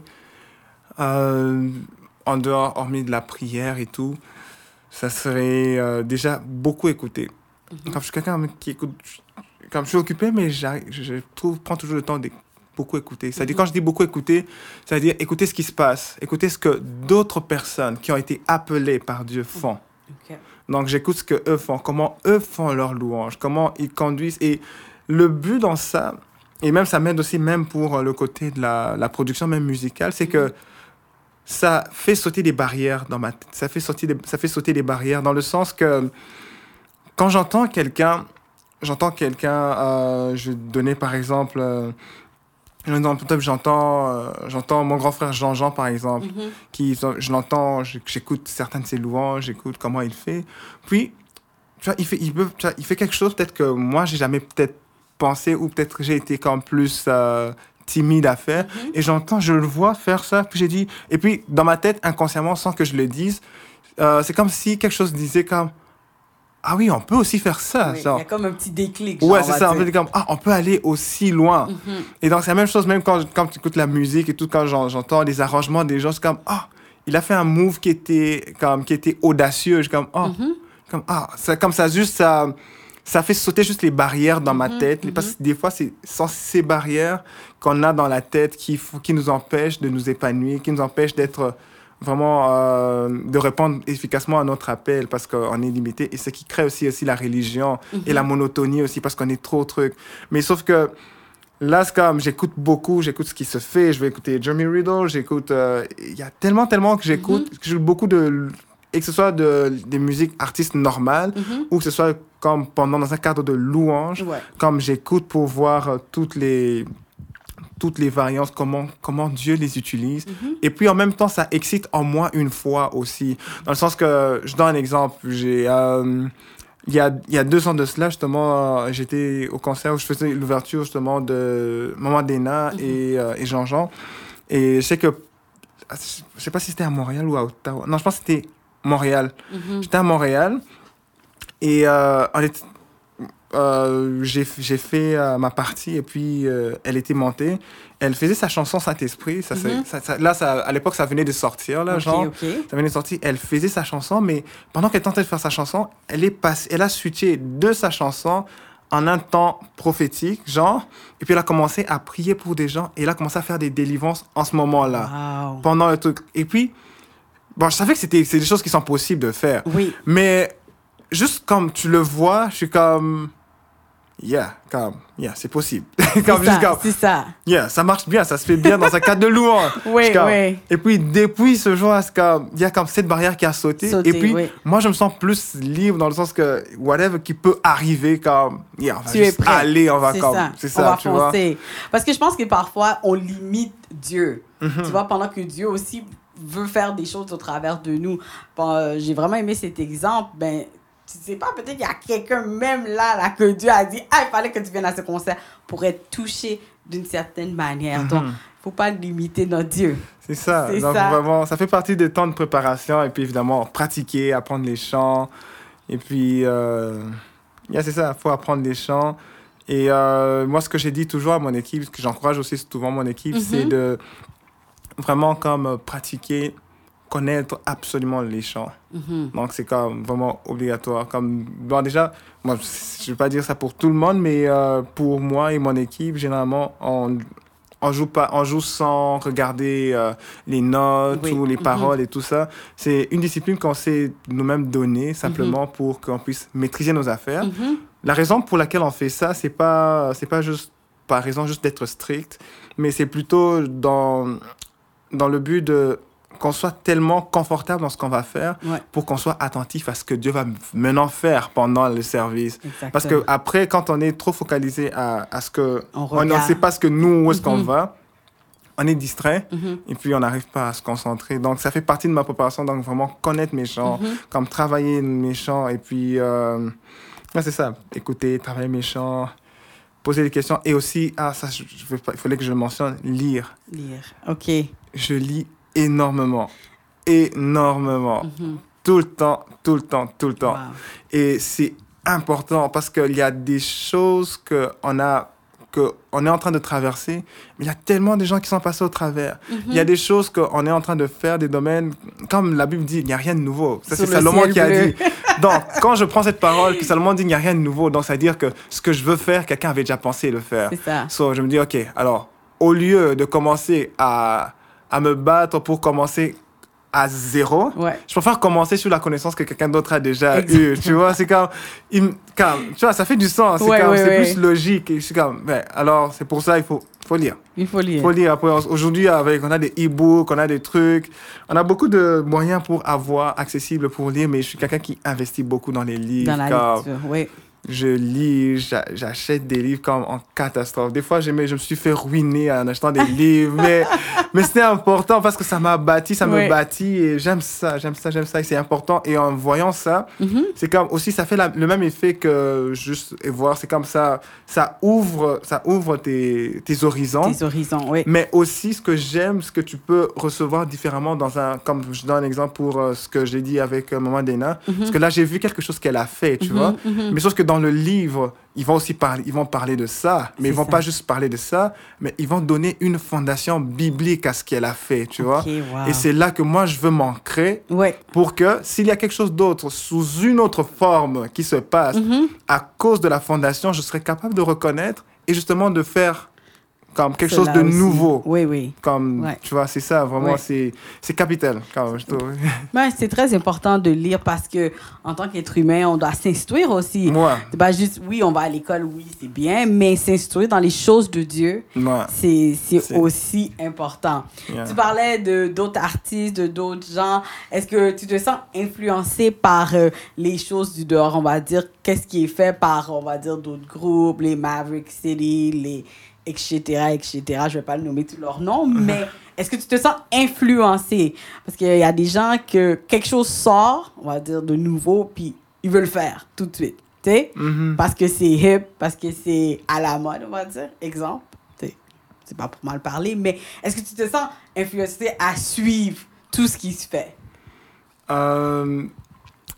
euh, en dehors, hormis de la prière et tout, ça serait euh, déjà beaucoup écouter. Mm-hmm. Comme je suis quelqu'un qui écoute, comme je suis occupé, mais je trouve, prends toujours le temps de beaucoup écouter. C'est-à-dire, mm-hmm. quand je dis beaucoup écouter, c'est-à-dire écouter ce qui se passe, écouter ce que d'autres personnes qui ont été appelées par Dieu font. Okay. Donc, j'écoute ce qu'eux font, comment eux font leur louange, comment ils conduisent. Et le but dans ça, et même ça m'aide aussi même pour le côté de la, la production même musicale, c'est mm-hmm. que ça fait sauter des barrières dans ma tête. Ça fait sauter des, ça fait sauter des barrières dans le sens que quand j'entends quelqu'un, j'entends quelqu'un, euh, je vais donner par exemple, euh, j'entends, euh, j'entends mon grand frère Jean-Jean par exemple, mm-hmm. qui, je l'entends, j'écoute certaines de ses louanges, j'écoute comment il fait. Puis, tu vois, il fait, il peut, tu vois, il fait quelque chose peut-être que moi, j'ai jamais peut-être pensé ou peut-être que j'ai été comme plus... Euh, timide à faire, mm-hmm. et j'entends, je le vois faire ça, puis j'ai dit, et puis dans ma tête, inconsciemment, sans que je le dise, euh, c'est comme si quelque chose disait comme, ah oui, on peut aussi faire ça. Oui, il y a comme un petit déclic. Ouais, c'est ça, on peut comme, ah, on peut aller aussi loin. Mm-hmm. Et donc, c'est la même chose, même quand, quand tu écoutes la musique et tout, quand j'entends les arrangements des gens, c'est comme, ah, il a fait un move qui était, comme, qui était audacieux, je comme, oh, mm-hmm. comme, ah, ça, comme ça, juste, ça... ça fait sauter juste les barrières dans ma tête. Mm-hmm. Parce que des fois, c'est sans ces barrières qu'on a dans la tête qui, qui nous empêchent de nous épanouir, qui nous empêchent d'être vraiment, euh, de répondre efficacement à notre appel parce qu'on est limité. Et ce qui crée aussi, aussi la religion mm-hmm. et la monotonie aussi parce qu'on est trop truc. Mais sauf que là, c'est comme, j'écoute beaucoup, j'écoute ce qui se fait. Je vais écouter Jeremy Riddle, j'écoute... Il euh, y a tellement, tellement que j'écoute, mm-hmm. que j'écoute beaucoup de... Et que ce soit de, des musiques artistes normales mm-hmm. ou que ce soit comme pendant dans un cadre de louange, ouais. comme j'écoute pour voir euh, toutes les toutes les variantes, comment comment Dieu les utilise. Mm-hmm. Et puis en même temps, ça excite en moi une foi aussi, dans le sens que je donne un exemple. J'ai euh, il y a il y a deux ans de cela justement, euh, j'étais au concert où je faisais l'ouverture justement de Maman Dena mm-hmm. et euh, et Jean-Jean. Et je sais que je sais pas si c'était à Montréal ou à Ottawa. Non, je pense que c'était Montréal. Mm-hmm. J'étais à Montréal et euh, on était, euh, j'ai, j'ai fait euh, ma partie et puis euh, elle était montée. Elle faisait sa chanson Saint-Esprit. Ça, Mm-hmm. ça, ça, là, ça, à l'époque, ça venait de sortir, là, Ok, genre. ok. Ça venait de sortir. Elle faisait sa chanson, mais pendant qu'elle tentait de faire sa chanson, elle, est passée, elle a switché de sa chanson en un temps prophétique, genre. Et puis elle a commencé à prier pour des gens et elle a commencé à faire des délivrances en ce moment-là, Wow. pendant le truc. Et puis, bon, je savais que c'était, c'est des choses qui sont possibles de faire. Oui. Mais juste comme tu le vois, je suis comme... Yeah, comme, yeah, c'est possible. comme, C'est juste ça, comme, c'est ça. yeah, ça marche bien, ça se fait bien dans un cadre de louange. Oui, Je suis comme- oui. Et puis, depuis ce jour, c'est comme, il y a comme cette barrière qui a sauté. Sauté, et puis, oui. moi, je me sens plus libre dans le sens que, whatever qui peut arriver, comme, yeah, on va Tu es juste prêt. aller, on va C'est comme, ça. c'est On ça, va tu vois. foncer. Parce que je pense que parfois, on limite Dieu. Mhm. Tu vois, pendant que Dieu aussi veut faire des choses au travers de nous. Bon, euh, j'ai vraiment aimé cet exemple. Ben, tu sais pas, peut-être qu'il y a quelqu'un même là, là, que Dieu a dit, ah, il fallait que tu viennes à ce concert pour être touché d'une certaine manière. Mhm. Donc, faut pas limiter notre Dieu. C'est ça. C'est Donc, ça. vraiment, ça fait partie des temps de préparation. Et puis, évidemment, pratiquer, apprendre les chants. Et puis, euh, yeah, c'est ça, il faut apprendre les chants. Et euh, moi, ce que j'ai dit toujours à mon équipe, ce que j'encourage aussi souvent mon équipe, Mhm. c'est de vraiment comme euh, pratiquer, connaître absolument les chants. Mhm. Donc, c'est comme vraiment obligatoire. Comme, bon, déjà, moi, je ne vais pas dire ça pour tout le monde, mais euh, pour moi et mon équipe, généralement, on on joue pas, on joue sans regarder euh, les notes Oui. ou les Mhm. paroles et tout ça. C'est une discipline qu'on s'est nous-mêmes donnée simplement pour qu'on puisse maîtriser nos affaires. Mhm. La raison pour laquelle on fait ça, c'est pas, c'est pas juste par raison juste d'être strict, mais c'est plutôt dans, dans le but de qu'on soit tellement confortable dans ce qu'on va faire Ouais. pour qu'on soit attentif à ce que Dieu va maintenant faire pendant le service. Exactement. Parce que après, quand on est trop focalisé à, à ce que On on ne regarde. sait pas ce que nous où est-ce qu'on Mhm. va, on est distrait Mhm. et puis on n'arrive pas à se concentrer. Donc ça fait partie de ma préparation, donc vraiment connaître mes chants, Mhm. comme travailler mes chants et puis euh, ouais, c'est ça, écouter, travailler mes chants, poser des questions et aussi ah ça je, je veux pas, il fallait que je le mentionne, lire. Lire. OK. Je lis énormément, énormément, Mhm. tout le temps, tout le temps, tout le temps. Wow. Et c'est important parce qu'il y a des choses qu'on a, qu'on est en train de traverser, mais il y a tellement de gens qui sont passés au travers. Mhm. Il y a des choses qu'on est en train de faire, des domaines, comme la Bible dit, il n'y a rien de nouveau. Ça, Sur c'est le Salomon ciel qui a bleu. dit. Donc, quand je prends cette parole, que Salomon dit, il n'y a rien de nouveau, donc ça veut dire que ce que je veux faire, quelqu'un avait déjà pensé le faire. C'est ça. So, je me dis, OK, alors, au lieu de commencer à, à me battre pour commencer à zéro, Ouais. je préfère commencer sur la connaissance que quelqu'un d'autre a déjà Exactement. eue. Tu vois, c'est comme, il me- comme, tu vois, ça fait du sens. C'est Ouais, comme, ouais, c'est ouais. plus logique. Et je suis comme, ben, alors, c'est pour ça, il faut, faut lire. Il faut lire. Il faut lire. Après, on- aujourd'hui, avec, on a des e-books, on a des trucs. On a beaucoup de moyens pour avoir accessible pour lire, mais je suis quelqu'un qui investit beaucoup dans les livres. Dans la comme, lecture. Oui. je lis, j'a- j'achète des livres comme en catastrophe. Des fois, je me, je me suis fait ruiner en achetant des livres, mais, mais c'était important parce que ça m'a bâti, ça Ouais. me bâtit et j'aime ça, j'aime ça, j'aime ça et c'est important. Et en voyant ça, Mhm. c'est comme aussi, ça fait la- le même effet que juste et voir, c'est comme ça, ça ouvre, ça ouvre tes, tes horizons. Tes horizons, oui. Mais aussi, ce que j'aime, ce que tu peux recevoir différemment dans un... Comme je donne un exemple pour euh, ce que j'ai dit avec euh, Maman Dena. Parce que là, j'ai vu quelque chose qu'elle a fait, tu Mhm, vois. mhm. Mais sauf que dans le livre, ils vont aussi parler, ils vont parler de ça. Mais C'est ils vont ça. pas juste parler de ça, mais ils vont donner une fondation biblique à ce qu'elle a fait, tu vois. Ok, wow. Et c'est là que moi, je veux m'ancrer Ouais. pour que s'il y a quelque chose d'autre, sous une autre forme qui se passe, Mhm. à cause de la fondation, je serai capable de reconnaître et justement de faire comme quelque chose Cela de aussi. nouveau. Oui, oui. Comme, Ouais. tu vois, c'est ça, vraiment, Ouais. c'est, c'est capital, quand même, je trouve. Ouais, c'est très important de lire parce que en tant qu'être humain, on doit s'instruire aussi. Moi, C'est pas juste, oui, on va à l'école, oui, c'est bien, mais s'instruire dans les choses de Dieu, moi, c'est c'est C'est- aussi important. yeah. Tu parlais de d'autres artistes, de d'autres gens. Est-ce que tu te sens influencé par euh, les choses du dehors, on va dire, qu'est-ce qui est fait par, on va dire, d'autres groupes, les Maverick City, les et cetera, et cetera. Je vais pas nommer tous leurs noms, mais est-ce que tu te sens influencé? Parce qu'il y a des gens que quelque chose sort, on va dire, de nouveau, puis ils veulent le faire tout de suite. Tu sais? Mhm. Parce que c'est hip, parce que c'est à la mode, on va dire. Exemple. Tu sais, c'est pas pour mal parler, mais est-ce que tu te sens influencé à suivre tout ce qui se fait? Euh,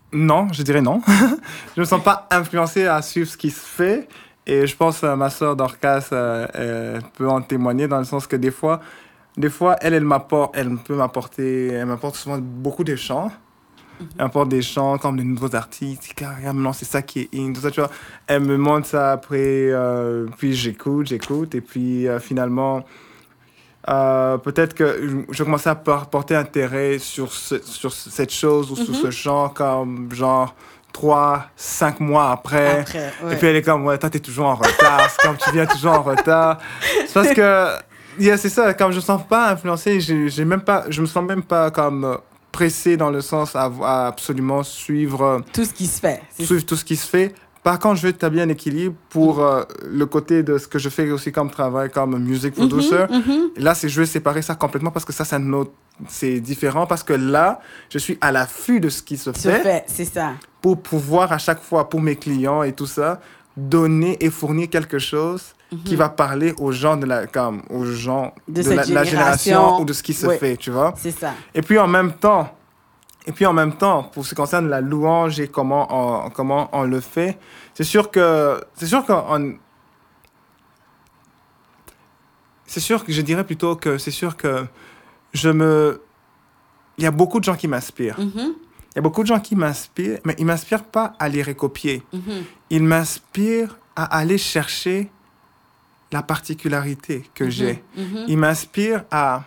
Non, je dirais non. Je me sens pas influencé à suivre ce qui se fait. Et je pense que ma sœur Dorcas euh, elle peut en témoigner dans le sens que des fois, des fois elle, elle m'apporte, elle peut m'apporter, elle m'apporte souvent beaucoup de chants. Elle m'apporte des chants comme de nouveaux artistes. Carrément, c'est ça qui est in, tout ça, tu vois. Elle me montre ça après, euh, puis j'écoute, j'écoute. Et puis euh, finalement, euh, peut-être que je commençais à porter intérêt sur, ce, sur cette chose ou mm-hmm. sur ce chant comme genre trois, cinq mois après. après ouais. Et puis elle est comme, ouais, toi, t'es toujours en retard. C'est comme tu viens toujours en retard. C'est parce que, yeah, c'est ça, comme je me sens pas influencé, j'ai, j'ai même pas, je me sens même pas comme pressé dans le sens à, à absolument suivre... Tout ce qui se fait. Suivre tout ce qui se fait. Par contre, je veux établir un équilibre pour euh, le côté de ce que je fais aussi comme travail, comme music producer. Mm-hmm, mm-hmm. Et là, c'est, je veux séparer ça complètement parce que ça, c'est, un autre, c'est différent. Parce que là, je suis à l'affût de ce qui se, se fait. fait. C'est ça. Pour pouvoir, à chaque fois, pour mes clients et tout ça, donner et fournir quelque chose mm-hmm. qui va parler aux gens de la, comme, aux gens de, de la, génération. la génération ou de ce qui se oui. fait, tu vois. C'est ça. Et puis, en même temps, Et puis en même temps, pour ce qui concerne la louange et comment on, comment on le fait, c'est sûr que, c'est sûr qu'on, c'est sûr que je dirais plutôt que c'est sûr que je me, il y a beaucoup de gens qui m'inspirent. Mm-hmm. Il y a beaucoup de gens qui m'inspirent, mais ils ne m'inspirent pas à les recopier. Mm-hmm. Ils m'inspirent à aller chercher la particularité que mm-hmm. j'ai. Mm-hmm. Ils m'inspirent à...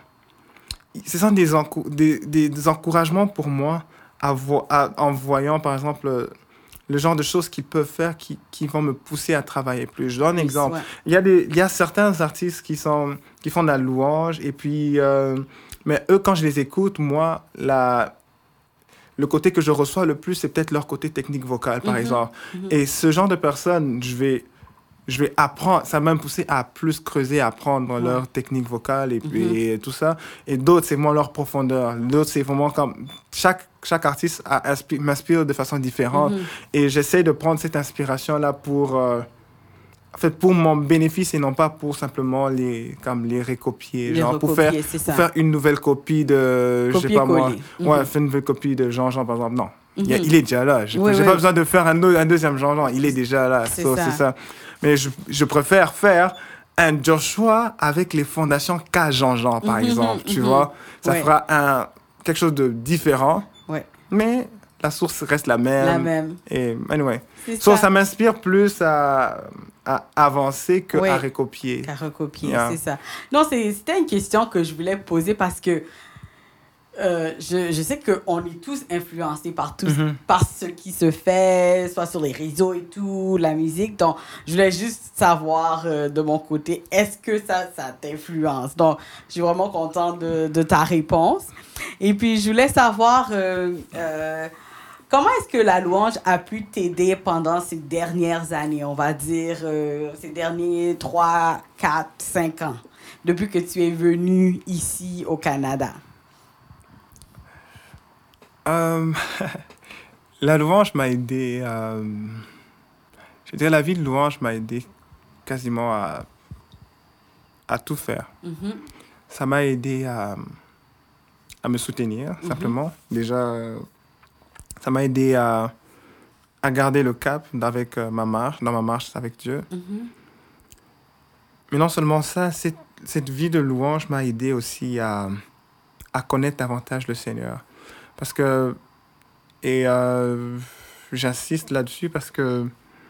Ce sont des, encou- des, des, des encouragements pour moi à vo- à, en voyant, par exemple, le, le genre de choses qu'ils peuvent faire qui, qui vont me pousser à travailler plus. Je donne un exemple. Ouais. Il y a des, il y a certains artistes qui, sont, qui font de la louange, et puis, euh, mais eux, quand je les écoute, moi, la, le côté que je reçois le plus, c'est peut-être leur côté technique vocale, par mm-hmm. exemple. Mm-hmm. Et ce genre de personnes, je vais... je vais apprendre, ça m'a poussé à plus creuser, à apprendre ouais. leur technique vocale et puis mm-hmm. et tout ça. Et d'autres, c'est moins leur profondeur. D'autres, c'est vraiment comme... Chaque, chaque artiste a, inspi- m'inspire de façon différente. Mm-hmm. Et j'essaie de prendre cette inspiration-là pour... Euh, en fait, pour mon bénéfice et non pas pour simplement les, comme les recopier. Les genre, recopier, pour, faire, c'est pour ça. faire une nouvelle copie de... Copier, je sais pas moi. Mm-hmm. Ouais, faire une nouvelle copie de Jean-Jean, par exemple. Non. Mm-hmm. Il, a, il est déjà là. Je n'ai oui, oui. pas besoin de faire un, un deuxième Jean-Jean. Il est déjà là. C'est, so, ça. c'est ça. Mais je, je préfère faire un Joshua avec les fondations qu'a Jean-Jean, par mm-hmm, exemple. Mm-hmm. Tu vois, ça ouais. fera un, quelque chose de différent. Ouais. Mais la source reste la même. La même. Et anyway. C'est so, ça. ça m'inspire plus à, à avancer qu'à ouais. recopier. À recopier, yeah. c'est ça. Non, c'est, c'était une question que je voulais poser parce que Euh, je, je sais qu'on est tous influencés par, tout, mm-hmm. par ce qui se fait, soit sur les réseaux et tout, la musique. Donc, je voulais juste savoir euh, de mon côté, est-ce que ça, ça t'influence? Donc, je suis vraiment contente de, de ta réponse. Et puis, je voulais savoir euh, euh, comment est-ce que la louange a pu t'aider pendant ces dernières années, on va dire, euh, ces derniers trois, quatre, cinq ans, depuis que tu es venu ici au Canada? Euh, la louange m'a aidé. Euh, je dirais la vie de louange m'a aidé quasiment à, à tout faire. Mm-hmm. Ça m'a aidé à, à me soutenir, mm-hmm. simplement. Déjà, ça m'a aidé à, à garder le cap avec ma marche, dans ma marche avec Dieu. Mm-hmm. Mais non seulement ça, cette, cette vie de louange m'a aidé aussi à, à connaître davantage le Seigneur. Parce que, et euh, j'insiste là-dessus parce que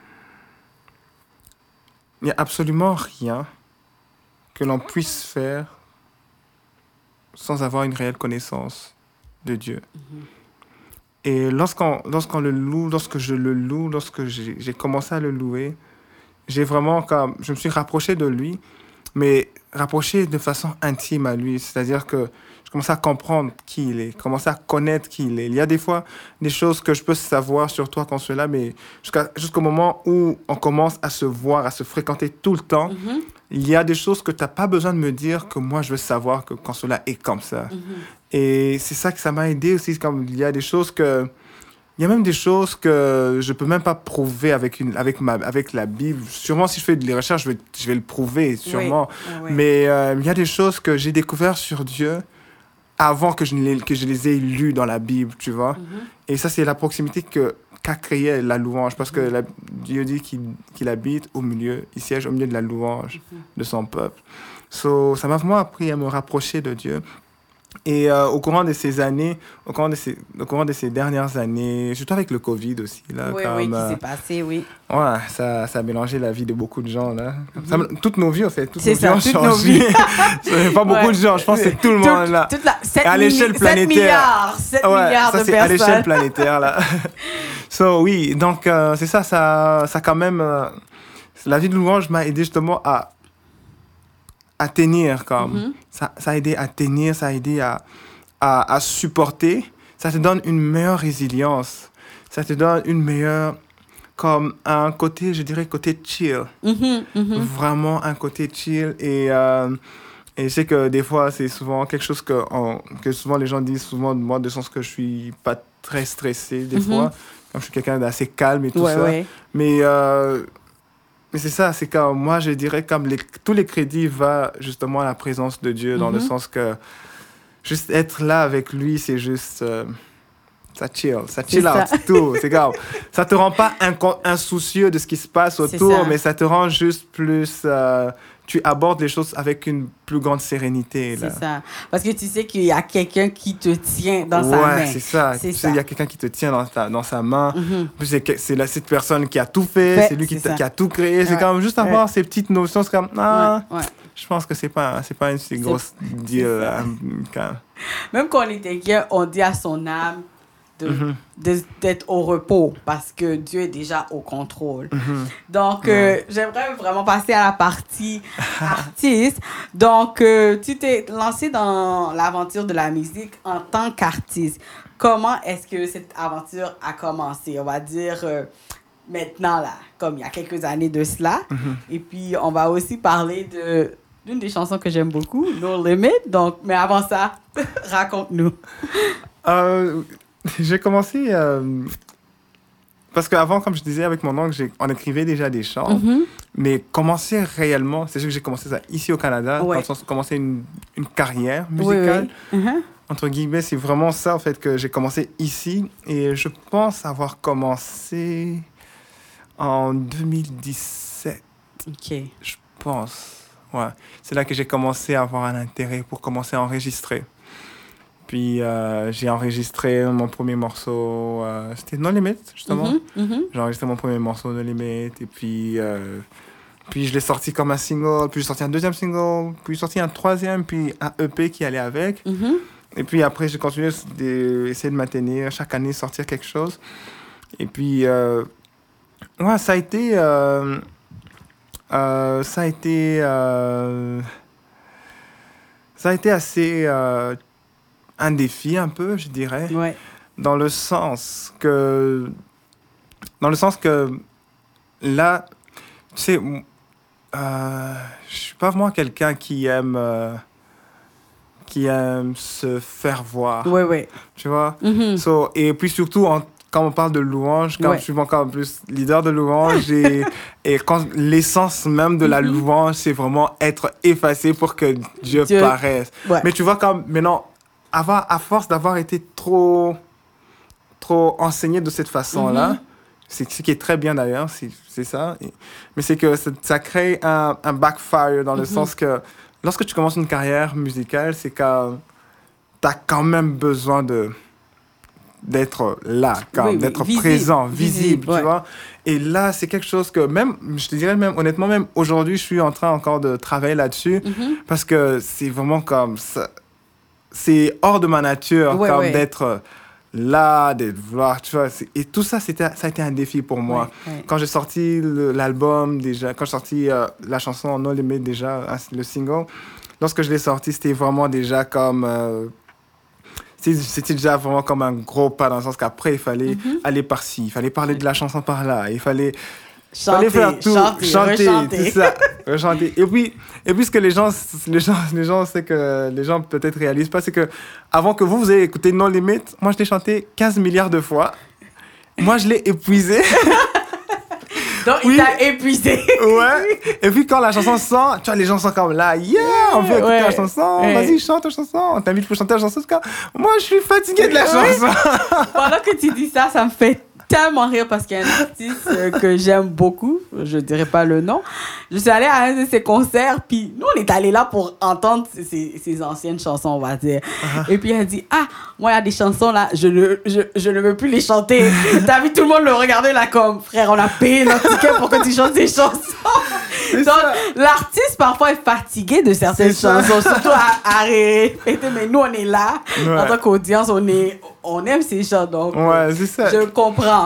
il n'y a absolument rien que l'on puisse faire sans avoir une réelle connaissance de Dieu. Mm-hmm. Et lorsqu'on, lorsqu'on le loue, lorsque je le loue, lorsque j'ai, j'ai commencé à le louer, j'ai vraiment comme, je me suis rapproché de lui, mais rapproché de façon intime à lui. C'est-à-dire que je commençais à comprendre qui il est, commencer à connaître qui il est. Il y a des fois des choses que je peux savoir sur toi quand cela, mais jusqu'à, jusqu'au moment où on commence à se voir, à se fréquenter tout le temps, mm-hmm. il y a des choses que tu n'as pas besoin de me dire que moi, je veux savoir que quand cela est comme ça. Mm-hmm. Et c'est ça que ça m'a aidé aussi. Comme il y a des choses que... Il y a même des choses que je ne peux même pas prouver avec, une, avec, ma, avec la Bible. Sûrement, si je fais des recherches, je vais, je vais le prouver, sûrement. Oui. Ah, oui. Mais euh, il y a des choses que j'ai découvertes sur Dieu avant que je, les, que je les ai lus dans la Bible, tu vois. Mm-hmm. Et ça, c'est la proximité que, qu'a créé la louange. Parce que la, Dieu dit qu'il, qu'il habite au milieu, il siège au milieu de la louange mm-hmm. de son peuple. So, ça m'a vraiment appris à me rapprocher de Dieu. Et euh, au courant de ces années, au courant de ces, au courant de ces dernières années, surtout avec le Covid aussi. Là, oui, comme, oui, qui euh, s'est passé, oui. Ouais, ça, ça a mélangé la vie de beaucoup de gens. Là. Mm-hmm. Ça, toutes nos vies, en fait. Toutes c'est nos ça, vies toutes ont changé. nos vies. C'est pas beaucoup ouais. de gens, je pense que c'est tout le monde. Là. Toute la, sept à l'échelle mi- planétaire. sept milliards, sept ouais, milliards ça, de c'est personnes. À l'échelle planétaire. Là. So, oui, donc euh, c'est ça, ça, ça quand même... Euh, la vie de louange m'a aidé justement à, à tenir. Comme. Mm-hmm. Ça, ça a aidé à tenir, ça a aidé à... À, à supporter, ça te donne une meilleure résilience. Ça te donne une meilleure, comme un côté, je dirais, côté chill. Mm-hmm, mm-hmm. Vraiment un côté chill. Et, euh, et je sais que des fois, c'est souvent quelque chose que, on, que souvent les gens disent souvent de moi, de sens que je suis pas très stressé des mm-hmm. fois. Comme je suis quelqu'un d'assez calme et tout ouais, ça. Ouais. Mais, euh, mais c'est ça, c'est comme moi, je dirais, comme les, tous les crédits vont justement à la présence de Dieu, mm-hmm. dans le sens que juste être là avec lui, c'est juste... Euh, ça chill, ça chill out, c'est tout, c'est grave. Ça te rend pas inco- insoucieux de ce qui se passe autour, mais ça te rend juste plus... Euh, tu abordes les choses avec une plus grande sérénité. Là. C'est ça. Parce que tu sais qu'il y a quelqu'un qui te tient dans ouais, sa main. Ouais, c'est ça. C'est tu ça. sais, il y a quelqu'un qui te tient dans, ta, dans sa main. Mm-hmm. C'est, c'est la, cette personne qui a tout fait, fait c'est lui qui, c'est qui a tout créé. Ouais. C'est comme juste avoir ouais. ces petites notions, c'est comme... Ah, ouais. Ouais. Je pense que c'est pas, c'est pas une si grosse deal. Là, quand... Même quand on est inquiet, on dit à son âme de, mm-hmm. de, d'être au repos parce que Dieu est déjà au contrôle. Mm-hmm. Donc, euh, mm-hmm. j'aimerais vraiment passer à la partie artiste. Donc, euh, tu t'es lancé dans l'aventure de la musique en tant qu'artiste. Comment est-ce que cette aventure a commencé? On va dire... Euh, maintenant, là, comme il y a quelques années de cela. Mm-hmm. Et puis, on va aussi parler de l'une des chansons que j'aime beaucoup, No Limit. Donc, mais avant ça, raconte-nous. Euh, j'ai commencé... Euh, parce qu'avant, comme je disais, avec mon oncle, j'ai, on écrivait déjà des chants. Mm-hmm. Mais commencer réellement, c'est sûr que j'ai commencé ça ici au Canada. Ouais. Dans le sens de commencer une, une carrière musicale. Oui, oui. Mm-hmm. Entre guillemets, c'est vraiment ça, en fait, que j'ai commencé ici. Et je pense avoir commencé... en deux mille dix-sept, OK. Je pense. Ouais. C'est là que j'ai commencé à avoir un intérêt pour commencer à enregistrer. Puis euh, j'ai enregistré mon premier morceau, euh, c'était No Limit, justement. Mm-hmm, mm-hmm. J'ai enregistré mon premier morceau No Limit, et puis, euh, puis je l'ai sorti comme un single, puis j'ai sorti un deuxième single, puis j'ai sorti un troisième, puis un E P qui allait avec. Mm-hmm. Et puis après, j'ai continué d'essayer de maintenir, chaque année sortir quelque chose. Et puis... Euh, Ouais, ça a été, euh, euh, ça a été, euh, ça a été assez euh, un défi un peu, je dirais, ouais. dans le sens que, dans le sens que là, tu sais, euh, je suis pas vraiment quelqu'un qui aime, euh, qui aime se faire voir. Ouais, ouais. Tu vois. Mm-hmm. So, et puis surtout en quand on parle de louange, quand ouais. je suis encore plus leader de louange, et, et quand l'essence même de la mm-hmm. louange, c'est vraiment être effacé pour que Dieu, Dieu. paraisse. Ouais. Mais tu vois, quand maintenant, avoir, à force d'avoir été trop, trop enseigné de cette façon-là, mm-hmm. c'est ce qui est très bien d'ailleurs, c'est, c'est ça, et, mais c'est que ça, ça crée un, un backfire dans le mm-hmm. sens que lorsque tu commences une carrière musicale, c'est que tu as quand même besoin de... d'être là, quand, oui, d'être oui, présent, visible, visible tu ouais. vois. Et là, c'est quelque chose que même, je te dirais même, honnêtement, même aujourd'hui, je suis en train encore de travailler là-dessus mm-hmm. parce que c'est vraiment comme ça, c'est hors de ma nature ouais, comme ouais. d'être là, d'être vouloir, tu vois. C'est, et tout ça, c'était, ça a été un défi pour moi. Ouais, ouais. Quand j'ai sorti le, l'album, déjà, quand j'ai sorti euh, la chanson No Limit, déjà, le single, lorsque je l'ai sorti, c'était vraiment déjà comme... Euh, C'était déjà vraiment comme un gros pas dans le sens qu'après, il fallait mm-hmm. aller par-ci, il fallait parler de la chanson par-là, il fallait, chanter, fallait faire tout, chanter, chanter, rechanter. tout ça, rechanter. Et puis, et puis ce que les gens, les gens, les gens, c'est que les gens peut-être réalisent pas, c'est que avant que vous, vous ayez écouté No Limit, moi je l'ai chanté quinze milliards de fois. Moi, je l'ai épuisé. Donc, oui. il t'a épuisé. Ouais. Et puis, quand la chanson sort, tu vois, les gens sont comme là, yeah, on veut écouter ouais. la chanson, Ouais. vas-y, chante la chanson, on t'invite pour chanter la chanson. Moi, je suis fatigué de la Ouais. chanson. Pendant que tu dis ça, ça me fait tellement rire parce qu'il y a un artiste euh, que j'aime beaucoup, je dirais pas le nom. Je suis allée à un de ses concerts, puis nous, on est allés là pour entendre ses, ses anciennes chansons, on va dire. Uh-huh. Et puis elle dit, ah, moi, il y a des chansons là, je ne, je, je ne veux plus les chanter. T'as vu tout le monde le regarder là comme, frère, on a payé notre ticket pour que tu chantes des chansons. Donc, ça. L'artiste, parfois, est fatigué de certaines chansons, surtout à, à répéter, mais nous, on est là, ouais. En tant qu'audience, on, est, on aime ces chants, donc ouais, c'est ça. Je comprends.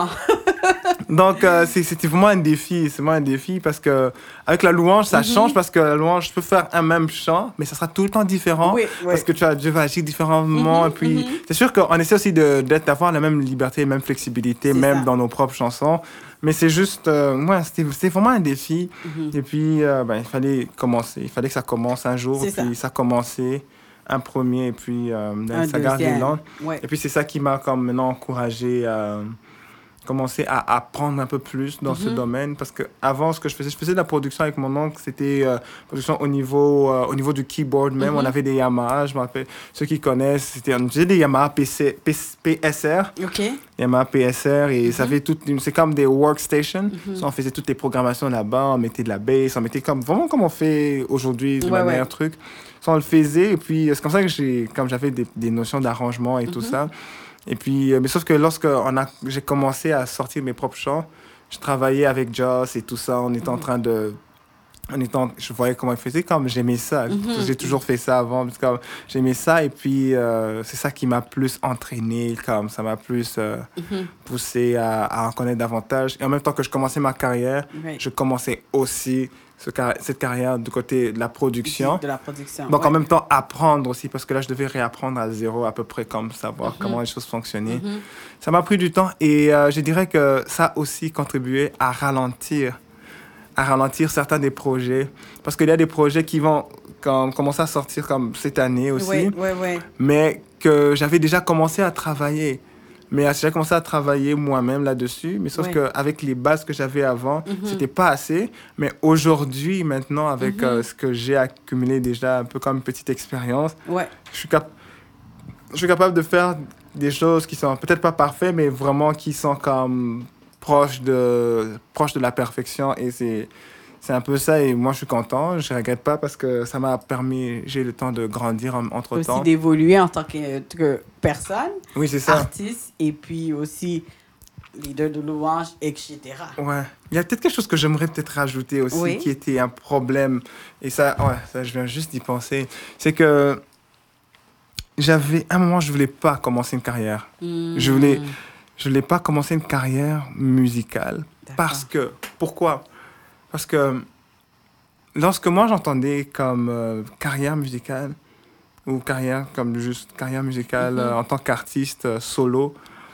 Donc, euh, c'est, c'était vraiment un défi. C'est vraiment un défi parce que avec la louange, ça mm-hmm. change parce que la louange, je peux faire un même chant, mais ça sera tout le temps différent oui, oui. parce que tu as, Dieu va agir différemment. Mm-hmm, et puis, mm-hmm. c'est sûr qu'on essaie aussi de, d'être, d'avoir la même liberté, la même flexibilité, c'est même ça. Dans nos propres chansons. Mais c'est juste, euh, ouais, c'était, c'était vraiment un défi. Mm-hmm. Et puis, euh, ben, il fallait commencer. Il fallait que ça commence un jour. C'est et puis, ça, ça a commencé. Un premier, et puis euh, ça garde l'élan. Ouais. Et puis, c'est ça qui m'a comme maintenant encouragé à commencer à apprendre un peu plus dans mm-hmm. ce domaine. Parce qu'avant, ce que je faisais, je faisais de la production avec mon oncle. C'était euh, production au niveau, euh, au niveau du keyboard même. Mm-hmm. On avait des Yamaha, je me rappelle. Ceux qui connaissent, c'était, on utilisait des Yamaha P C, P, P S R. OK. Yamaha P S R. Et mm-hmm. ça fait tout, c'est comme des workstations. Mm-hmm. So, on faisait toutes les programmations là-bas. On mettait de la bass. On mettait comme, vraiment comme on fait aujourd'hui, de ouais, manière ouais. truc. So, on le faisait. Et puis, c'est comme ça que j'ai, comme j'avais des, des notions d'arrangement et mm-hmm. tout ça. Et puis, mais sauf que lorsque on a, j'ai commencé à sortir mes propres chants, je travaillais avec Joss et tout ça. On était mm-hmm. en train de... On était en, je voyais comment il faisait, comme j'aimais ça. Mm-hmm. J'ai toujours fait ça avant, parce que j'aimais ça. Et puis, euh, c'est ça qui m'a plus entraîné, comme ça m'a plus euh, mm-hmm. poussé à, à en connaître davantage. Et en même temps que je commençais ma carrière, oui. je commençais aussi ce, cette carrière du côté de la production. De la production, Donc, ouais. en même temps, apprendre aussi, parce que là, je devais réapprendre à zéro à peu près, comme savoir mm-hmm. comment les choses fonctionnaient. Mm-hmm. Ça m'a pris du temps et euh, je dirais que ça a aussi contribué à ralentir, à ralentir certains des projets. Parce qu'il y a des projets qui vont comme, commencer à sortir comme cette année aussi, oui, oui, oui. mais que j'avais déjà commencé à travailler. Mais j'ai déjà commencé à travailler moi-même là-dessus, mais sauf oui. qu'avec les bases que j'avais avant, mm-hmm. c'était pas assez. Mais aujourd'hui, maintenant, avec mm-hmm. euh, ce que j'ai accumulé déjà, un peu comme une petite expérience, ouais. je suis cap- je suis capable de faire des choses qui sont peut-être pas parfaites, mais vraiment qui sont comme proches de, proches de la perfection. Et c'est, c'est un peu ça. Et moi, je suis content. Je ne regrette pas parce que ça m'a permis, j'ai eu le temps de grandir en, entre-temps. Aussi d'évoluer en tant que, que personne, oui, c'est ça. Artiste, et puis aussi leader de louange, et cetera. Ouais. Il y a peut-être quelque chose que j'aimerais peut-être rajouter aussi, oui. qui était un problème. Et ça, ouais, ça, je viens juste d'y penser. C'est que j'avais, à un moment, je ne voulais pas commencer une carrière. Mmh. Je voulais, je voulais pas commencer une carrière musicale. D'accord. Parce que, pourquoi? Parce que lorsque moi, j'entendais comme euh, carrière musicale, ou carrière comme juste carrière musicale mmh. euh, en tant qu'artiste euh, solo,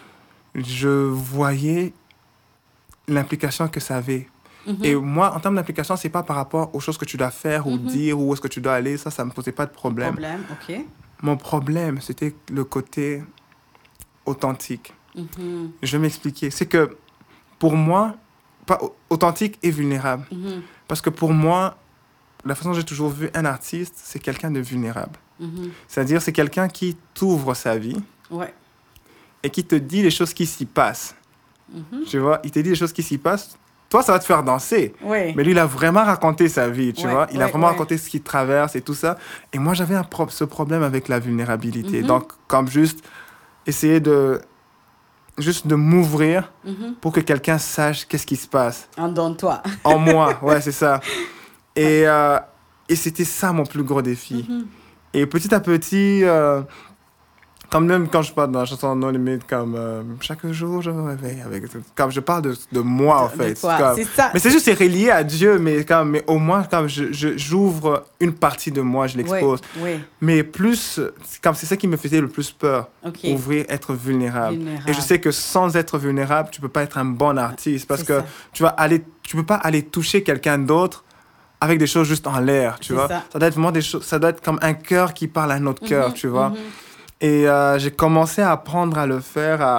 je voyais l'implication que ça avait. Mm-hmm. Et moi, en termes d'implication, c'est pas par rapport aux choses que tu dois faire ou mm-hmm. dire ou où est-ce que tu dois aller. Ça, ça me posait pas de problème. Problème, ok. Mon problème, c'était le côté authentique. Mm-hmm. Je vais m'expliquer. C'est que pour moi, pas authentique et vulnérable. Mm-hmm. Parce que pour moi, la façon dont j'ai toujours vu un artiste, c'est quelqu'un de vulnérable. Mm-hmm. C'est-à-dire, c'est quelqu'un qui t'ouvre sa vie. Ouais. Et qui te dit les choses qui s'y passent. Mm-hmm. Tu vois, il te dit les choses qui s'y passent. Toi, ça va te faire danser. Oui. Mais lui, il a vraiment raconté sa vie, tu ouais, vois. Il ouais, a vraiment ouais. raconté ce qu'il traverse et tout ça. Et moi, j'avais un pro- ce problème avec la vulnérabilité. Mm-hmm. Donc, comme juste essayer de... Juste de m'ouvrir mm-hmm. pour que quelqu'un sache qu'est-ce qui se passe. En dans toi. En moi, ouais, c'est ça. Et, euh, et c'était ça, mon plus gros défi. Mm-hmm. Et petit à petit... Euh, Comme même quand je parle dans la chanson No Limit, comme euh, chaque jour je me réveille avec. Comme je parle de, de moi en fait. De toi. Comme, c'est ça. Mais c'est juste c'est relié à Dieu, mais, comme, mais au moins comme je, je, j'ouvre une partie de moi, je l'expose. Oui, oui. Mais plus, c'est, comme, c'est ça qui me faisait le plus peur. Okay. Ouvrir, être vulnérable. vulnérable. Et je sais que sans être vulnérable, tu peux pas être un bon artiste parce c'est que ça. tu vas aller, tu peux pas aller toucher quelqu'un d'autre avec des choses juste en l'air, tu c'est vois. Ça. ça doit être vraiment des choses, ça doit être comme un cœur qui parle à un autre mm-hmm, cœur, tu vois. Mm-hmm. Et euh, j'ai commencé à apprendre à le faire. À...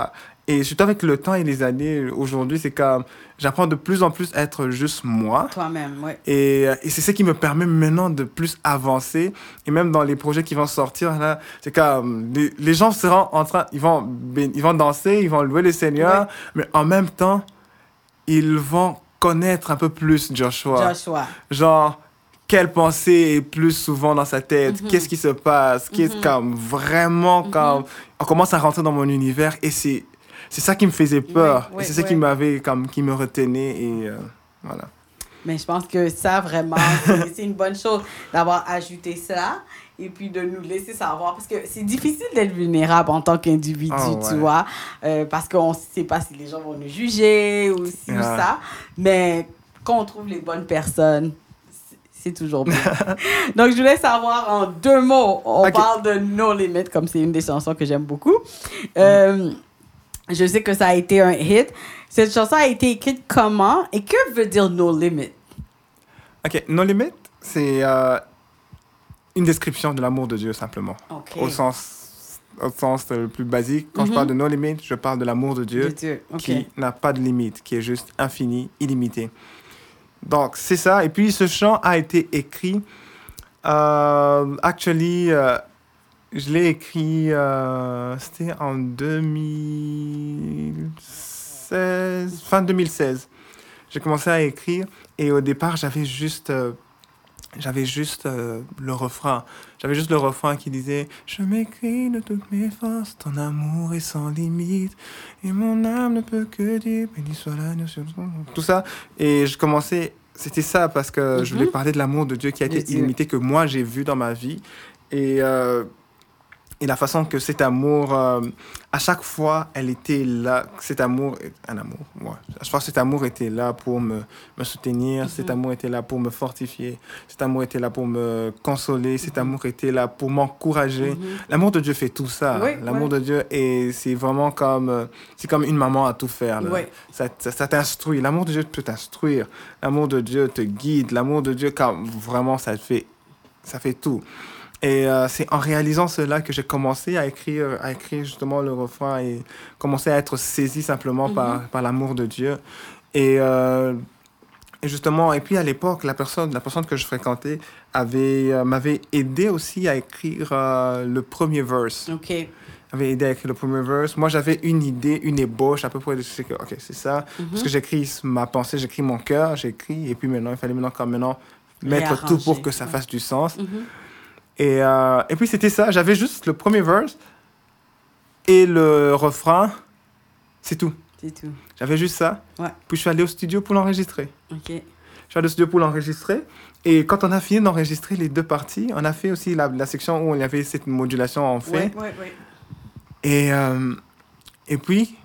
Et surtout avec le temps et les années, aujourd'hui, c'est comme... J'apprends de plus en plus à être juste moi. Toi-même, oui. Et, et c'est ça qui me permet maintenant de plus avancer. Et même dans les projets qui vont sortir, là, c'est comme... Les, les gens seront en train... Ils vont, ils vont danser, ils vont louer le Seigneur. Oui. Mais en même temps, ils vont connaître un peu plus Joshua. Joshua. Genre... Quelle pensée est plus souvent dans sa tête? Mm-hmm. Qu'est-ce qui se passe? Qu'est-ce mm-hmm. comme vraiment mm-hmm. comme on commence à rentrer dans mon univers et c'est c'est ça qui me faisait peur oui, oui, et c'est ça oui. qui m'avait comme qui me retenait et euh, voilà. Mais je pense que ça vraiment c'est, c'est une bonne chose d'avoir ajouté ça et puis de nous laisser savoir parce que c'est difficile d'être vulnérable en tant qu'individu, oh, ouais. tu vois, euh, parce qu'on ne sait pas si les gens vont nous juger ou si yeah. ou ça, mais quand on trouve les bonnes personnes c'est toujours bien. Donc, je voulais savoir en deux mots. On okay. parle de No Limit, comme c'est une des chansons que j'aime beaucoup. Euh, je sais que ça a été un hit. Cette chanson a été écrite comment et que veut dire No Limit? OK. No Limit, c'est euh, une description de l'amour de Dieu, simplement. Okay. Au sens, au sens le plus basique. Quand mm-hmm. je parle de No Limit, je parle de l'amour de Dieu, de Dieu. Okay. qui n'a pas de limite, qui est juste infini, illimité. Donc, c'est ça. Et puis, ce chant a été écrit... Euh, actually, euh, je l'ai écrit... Euh, c'était en deux mille seize... Fin deux mille seize. J'ai commencé à écrire. Et au départ, j'avais juste... Euh, j'avais juste euh, le refrain. J'avais juste le refrain qui disait « Je m'écris de toutes mes forces, ton amour est sans limite, et mon âme ne peut que dire, béni soit l'agneau sur ton... » Tout ça. Et je commençais... C'était ça, parce que mm-hmm. je voulais parler de l'amour de Dieu qui a été illimité, que moi, j'ai vu dans ma vie. Et... Euh, Et la façon que cet amour, euh, à chaque fois, elle était là. Cet amour, un amour, ouais. Je pense que cet amour était là pour me, me soutenir. Mm-hmm. Cet amour était là pour me fortifier. Cet amour était là pour me consoler. Mm-hmm. Cet amour était là pour m'encourager. Mm-hmm. L'amour de Dieu fait tout ça. Oui, l'amour oui. de Dieu, et c'est vraiment comme, c'est comme une maman à tout faire. Là. Oui. Ça, ça, ça t'instruit. L'amour de Dieu peut t'instruire. L'amour de Dieu te guide. L'amour de Dieu, quand vraiment, ça fait, ça fait tout. Et euh, c'est en réalisant cela que j'ai commencé à écrire, à écrire justement le refrain et commencer à être saisi simplement mm-hmm. par, par l'amour de Dieu. Et, euh, et justement, et puis à l'époque, la personne, la personne que je fréquentais avait, euh, m'avait aidé aussi à écrire euh, le premier verse. OK. M'avait aidé à écrire le premier verse. Moi, j'avais une idée, une ébauche à peu près de ce que, OK, c'est ça. Mm-hmm. Parce que j'écris ma pensée, j'écris mon cœur, j'écris. Et puis maintenant, il fallait maintenant, comme maintenant mettre Réarranger. Tout pour que ça ouais. fasse du sens. Mm-hmm. Et, euh, et puis, c'était ça. J'avais juste le premier verse et le refrain. C'est tout. C'est tout. J'avais juste ça. Ouais. Puis, je suis allé au studio pour l'enregistrer. OK. Je suis allé au studio pour l'enregistrer. Et quand on a fini d'enregistrer les deux parties, on a fait aussi la, la section où il y avait cette modulation en fait. Oui, oui, oui. Et, euh, et puis,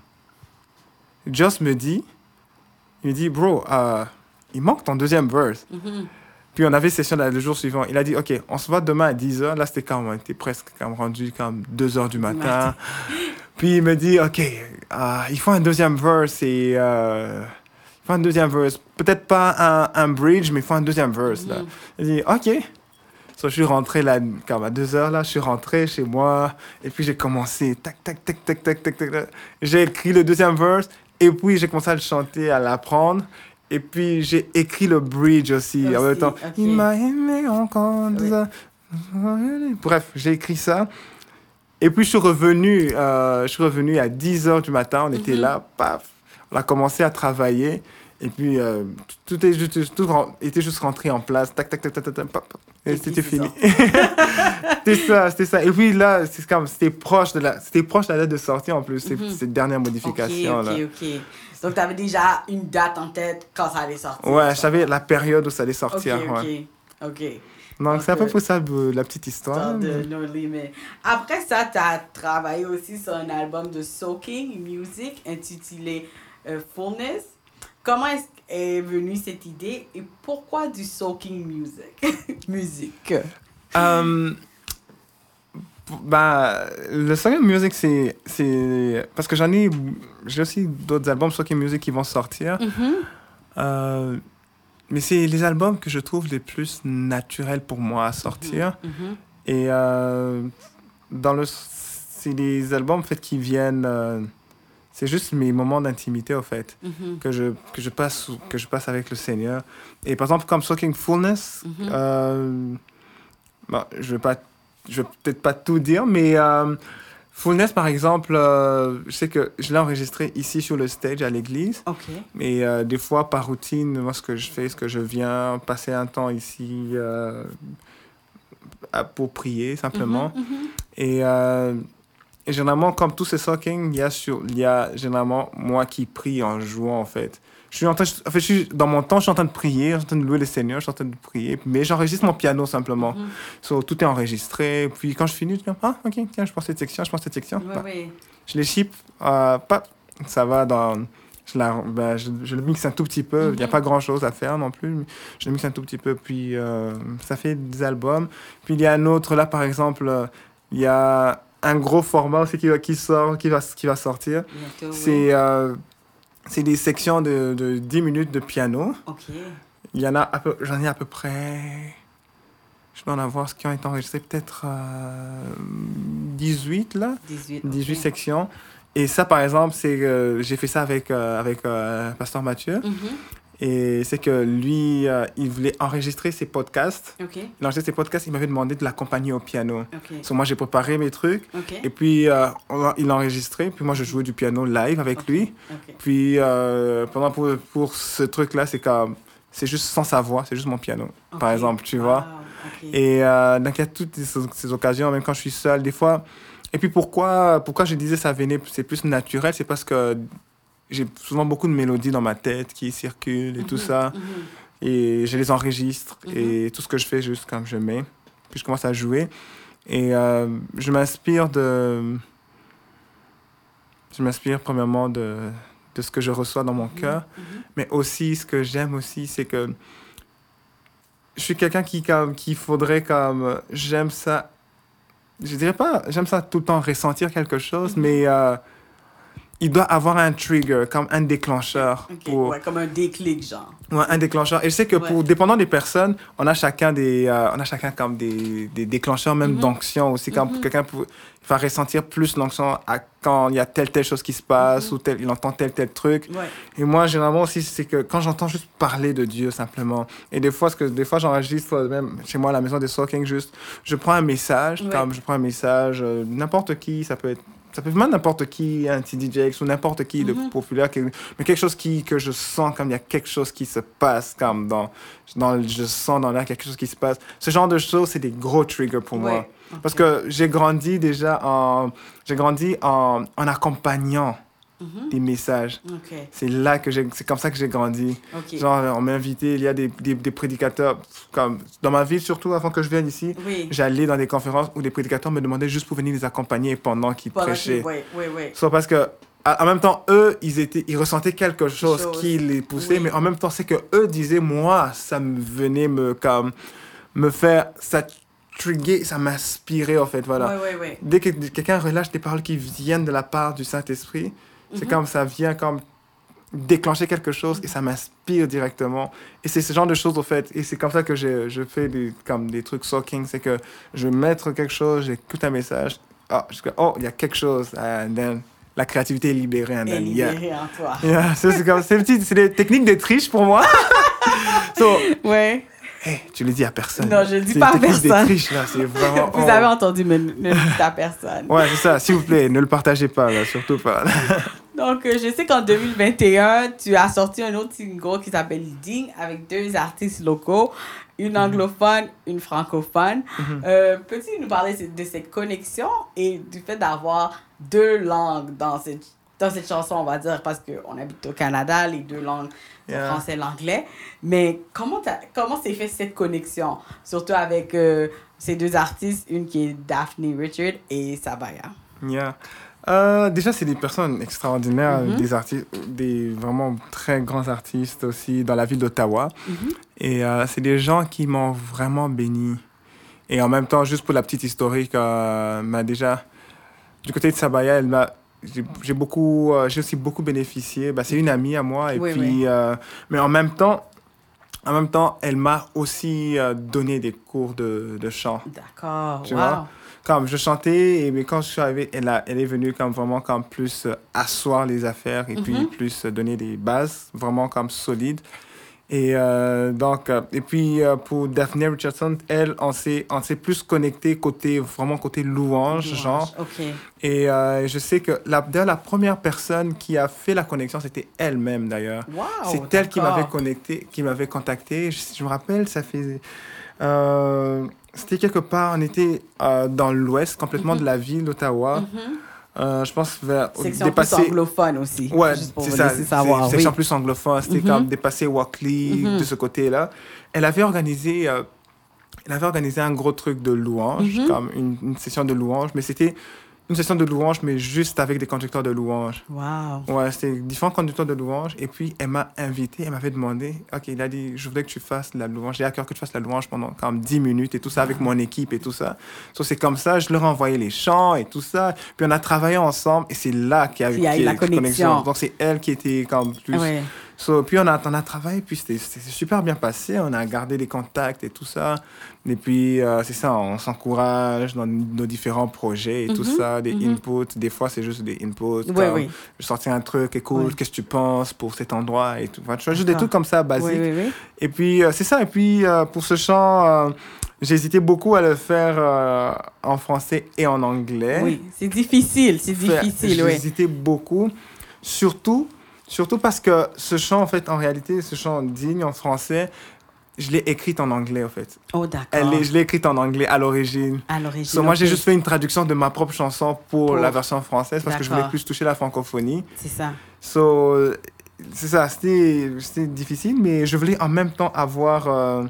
Joss me dit, il me dit, bro, euh, il manque ton deuxième verse. Mm-hmm. Puis on avait session le jour suivant. Il a dit, OK, on se voit demain à dix heures. Là, c'était quand on était presque quand rendu comme deux heures du matin. Puis il me dit, OK, euh, il faut un deuxième verse. Et, euh, il faut un deuxième verse. Peut-être pas un, un bridge, mais il faut un deuxième verse. Là. Mm-hmm. Il dit, OK. So, je suis rentré là, comme à deux heures. Là, je suis rentré chez moi. Et puis j'ai commencé. Tac, tac, tac, tac, tac, tac, tac. J'ai écrit le deuxième verse. Et puis j'ai commencé à le chanter, à l'apprendre. Et puis, j'ai écrit le bridge aussi, aussi en même temps. Okay. Il m'a aimé encore. Oui. Bref, j'ai écrit ça. Et puis, je suis revenu, euh, je suis revenu à dix heures du matin. On mm-hmm. était là, paf. On a commencé à travailler. Et puis, euh, tout, est juste, tout était juste rentré en place. Tac, tac, tac, tac, tac, tac paf. Et, et c'était fini. C'était ça, c'était ça. Et puis là, c'est comme, c'était proche de la, c'était proche de la date de sortie en plus, mm-hmm. cette dernière modification. OK, OK, là. OK. Donc, tu avais déjà une date en tête quand ça allait sortir. Ouais, je savais la période où ça allait sortir. OK, OK, ouais. OK. Donc, Donc c'est à peu près ça, la petite histoire. De No Limit. Après ça, tu as travaillé aussi sur un album de soaking music intitulé euh, Fullness. Comment est, est venue cette idée et pourquoi du soaking music? musique. Um, Ben, le soaking music, c'est, c'est... Parce que j'en ai... J'ai aussi d'autres albums soaking music qui vont sortir. Mm-hmm. Euh, mais c'est les albums que je trouve les plus naturels pour moi à sortir. Mm-hmm. Et euh, dans le... C'est les albums, en fait, qui viennent... Euh, c'est juste mes moments d'intimité, au fait, Mhm. que je, que, je passe, que je passe avec le Seigneur. Et par exemple, comme Soaking Fullness, Mhm. euh, bon, je ne vais, pas, je vais peut-être pas tout dire, mais euh, Fullness, par exemple, euh, je sais que je l'ai enregistré ici sur le stage à l'église. OK. Et euh, des fois, par routine, moi, ce que je fais, c'est que je viens passer un temps ici euh, à- pour prier, simplement. Mhm, mhm. Et, euh, et généralement, comme tous ces sockings, il y a, sur, il y a généralement moi qui prie en jouant, en fait. Je suis en train, en fait, je suis, dans mon temps, je suis en train de prier, je suis en train de louer le Seigneur, je suis en train de prier, mais j'enregistre mon piano simplement. Mhm. So, tout est enregistré. Puis quand je finis, je dis, ah, ok, tiens, je pense cette section, je pense cette section. Oui, Bah, oui. je les ship, euh, pas, ça va dans... Je, la, ben, je, je le mixe un tout petit peu. Il n'y a Mhm. pas grand-chose à faire non plus. Mais je le mixe un tout petit peu. Puis euh, ça fait des albums. Puis il y a un autre, là, par exemple, euh, il y a un gros format aussi qui, va- qui, sort, qui, va, qui va sortir. Bientôt, oui. C'est euh, c'est des sections de, de dix minutes de piano. OK. Il y en a à peu, j'en ai à peu près... Je dois en avoir ce qui ont été enregistrés, peut-être euh, dix-huit, là. dix-huit. dix-huit OK. sections. Et ça, par exemple, c'est euh, j'ai fait ça avec, euh, avec euh, Pasteur Mathieu. Mhm. Et c'est que lui, euh, il voulait enregistrer ses podcasts. OK. Il enregistrait ses podcasts, il m'avait demandé de l'accompagner au piano. OK. So, moi, j'ai préparé mes trucs. OK. Et puis, euh, on a- il a enregistré. Puis moi, je jouais du piano live avec OK. lui. OK. Puis, euh, pendant pour, pour ce truc-là, c'est comme... C'est juste sans sa voix, c'est juste mon piano, par OK. exemple, tu Wow. vois. OK. Et euh, donc, il y a toutes ces, ces occasions, même quand je suis seul, des fois. Et puis, pourquoi, pourquoi je disais ça venait, c'est plus naturel, c'est parce que j'ai souvent beaucoup de mélodies dans ma tête qui circulent et tout Mhm. ça. Mhm. Et je les enregistre. Mhm. Et tout ce que je fais, juste comme je mets. Puis, je commence à jouer. Et euh, je m'inspire de... Je m'inspire, premièrement, de, de ce que je reçois dans mon cœur. Mhm. Mais aussi, ce que j'aime aussi, c'est que je suis quelqu'un qui, comme, qui faudrait comme... J'aime ça... Je dirais pas... J'aime ça tout le temps ressentir quelque chose, Mhm. mais euh, il doit avoir un trigger, comme un déclencheur. OK. Pour, Ouais, comme un déclic, genre. ouais, un déclencheur. Et je sais que pour, Ouais. dépendant des personnes, on a chacun des, euh, on a chacun comme des, des déclencheurs, même Mhm. d'onction aussi. Comme Mhm. quelqu'un peut faire ressentir plus l'onction à quand il y a telle, telle chose qui se passe Mhm. ou tel, il entend tel, tel truc. Ouais. Et moi, généralement aussi, c'est que quand j'entends juste parler de Dieu simplement, et des fois, ce que, des fois j'enregistre même chez moi à la maison des Soaking, juste, je prends un message, Ouais. comme je prends un message, euh, n'importe qui, ça peut être, ça peut vraiment n'importe qui, un T D J X ou n'importe qui de Mhm. populaire, qui- mais quelque chose qui, que je sens comme il y a quelque chose qui se passe, comme dans, dans le- je sens dans l'air quelque chose qui se passe. Ce genre de choses, c'est des gros triggers pour moi. Ouais. OK. Parce que j'ai grandi déjà en, j'ai grandi en, en accompagnant Mhm. des messages. OK. C'est là que j'ai, c'est comme ça que j'ai grandi. OK. Genre, on m'a invité, il y a des, des, des prédicateurs, comme dans ma ville surtout, avant que je vienne ici, Oui. j'allais dans des conférences où des prédicateurs me demandaient juste pour venir les accompagner pendant qu'ils Pendant prêchaient. que- Oui, oui, oui. Soit parce que, à- en même temps, eux, ils, étaient, ils ressentaient quelque chose Chose. qui les poussait, Oui. mais en même temps, c'est que eux disaient, moi, ça me venait me, comme, me faire, ça trigger, ça m'inspirait, en fait, voilà. Oui, oui, oui. Dès que quelqu'un relâche des paroles qui viennent de la part du Saint-Esprit, c'est Mhm. comme ça vient comme déclencher quelque chose et ça m'inspire directement. Et c'est ce genre de choses, au fait. Et c'est comme ça que je, je fais des, comme des trucs soaking. C'est que je vais mettre quelque chose, j'écoute un message. Ah, je dis, oh, il y a quelque chose. And then, la créativité est libérée. And Et then, yeah. libéré en toi. Yeah, ça, c'est comme, c'est petit, c'est des techniques de triche pour moi. So, Oui. hey, tu le dis à personne. Non, je le dis C'est pas à des techniques personne. de triche, là. C'est vraiment. Vous oh. avez entendu, mais ne ne le dites à personne. Ouais, c'est ça. S'il vous plaît, ne le partagez pas, là. Surtout pas. Donc, euh, je sais qu'en deux mille vingt et un, tu as sorti un autre single qui s'appelle Leading avec deux artistes locaux, une anglophone, une francophone. Mhm. Euh, Peux-tu nous parler de de cette connexion et du fait d'avoir deux langues dans cette, dans cette chanson, on va dire, parce qu'on habite au Canada, les deux langues, le Yeah. français et l'anglais. Mais comment t'as- comment s'est fait cette connexion, surtout avec euh, ces deux artistes, une qui est Daphne Richard et Sabaya? Yeah. Euh, déjà, c'est des personnes extraordinaires, Mhm. des artistes, des vraiment très grands artistes aussi dans la ville d'Ottawa. Mhm. Et euh, c'est des gens qui m'ont vraiment béni. Et en même temps, juste pour la petite historique, euh, m'a déjà, du côté de Sabaya, elle m'a, j'ai, j'ai beaucoup, euh, j'ai aussi beaucoup bénéficié. Bah, c'est une amie à moi. Et Oui, puis, oui. euh, mais en même temps, en même temps, elle m'a aussi euh, donné des cours de, de chant. D'accord. Tu Wow. vois? comme je chantais, et mais quand je suis arrivé, elle, a, elle est venue comme vraiment comme plus euh, asseoir les affaires et mm-hmm. puis plus euh, donner des bases vraiment comme solides. Et euh, donc, euh, et puis euh, pour Daphne Richardson, elle, on s'est, on s'est plus connecté côté, vraiment côté louange, louange genre. Okay. Et euh, je sais que la, d'ailleurs, la première personne qui a fait la connexion, c'était elle-même d'ailleurs. Wow, c'est d'accord. elle qui m'avait connecté, qui m'avait contacté. Je, je me rappelle, ça fait... Euh, c'était quelque part, on était euh, dans l'ouest, complètement mm-hmm. de la ville d'Ottawa. Mm-hmm. Euh, je pense vers section dépasser... plus anglophone aussi. Ouais, juste pour c'est vous ça. laisser savoir, c'est, section oui. plus anglophone. C'était mm-hmm. comme dépasser Walkley mm-hmm. de ce côté-là. Elle avait organisé, euh, elle avait organisé un gros truc de louange, mm-hmm. comme une, une session de louange, mais c'était une session de louange, mais juste avec des conducteurs de louange. Wow. Ouais, c'était différents conducteurs de louange. Et puis, elle m'a invité, elle m'avait demandé, OK, il a dit, je voudrais que tu fasses la louange. J'ai à cœur que tu fasses la louange pendant comme dix minutes et tout ça, avec mon équipe et tout ça. So, c'est comme ça, je leur ai envoyé les chants et tout ça. Puis, on a travaillé ensemble et c'est là qu'il y a eu la connexion. connexion. Donc, c'est elle qui était comme plus... Ouais. So, puis on a, on a travaillé, puis c'était, c'était super bien passé. On a gardé les contacts et tout ça. Et puis, euh, c'est ça, on s'encourage dans nos différents projets et mm-hmm. tout ça, des mm-hmm. inputs. Des fois, c'est juste des inputs. Oui, oui. Je sortais un truc, écoute, oui. qu'est-ce que tu penses pour cet endroit et tout. Enfin, tu vois, juste des trucs comme ça, basiques. Oui, oui, oui. Et puis, euh, c'est ça. Et puis, euh, pour ce chant, euh, j'ai hésité beaucoup à le faire euh, en français et en anglais. Oui, c'est difficile, c'est difficile, j'ai oui. J'ai hésité beaucoup, surtout... Surtout parce que ce chant, en fait, en réalité, ce chant digne en français, je l'ai écrite en anglais, en fait. Oh, d'accord. Elle est, je l'ai écrite en anglais à l'origine. À l'origine. So, moi, okay. j'ai juste fait une traduction de ma propre chanson pour, pour... la version française parce d'accord. que je voulais plus toucher la francophonie. C'est ça. So, c'est ça, c'était, c'était difficile, mais je voulais en même temps avoir... Euh,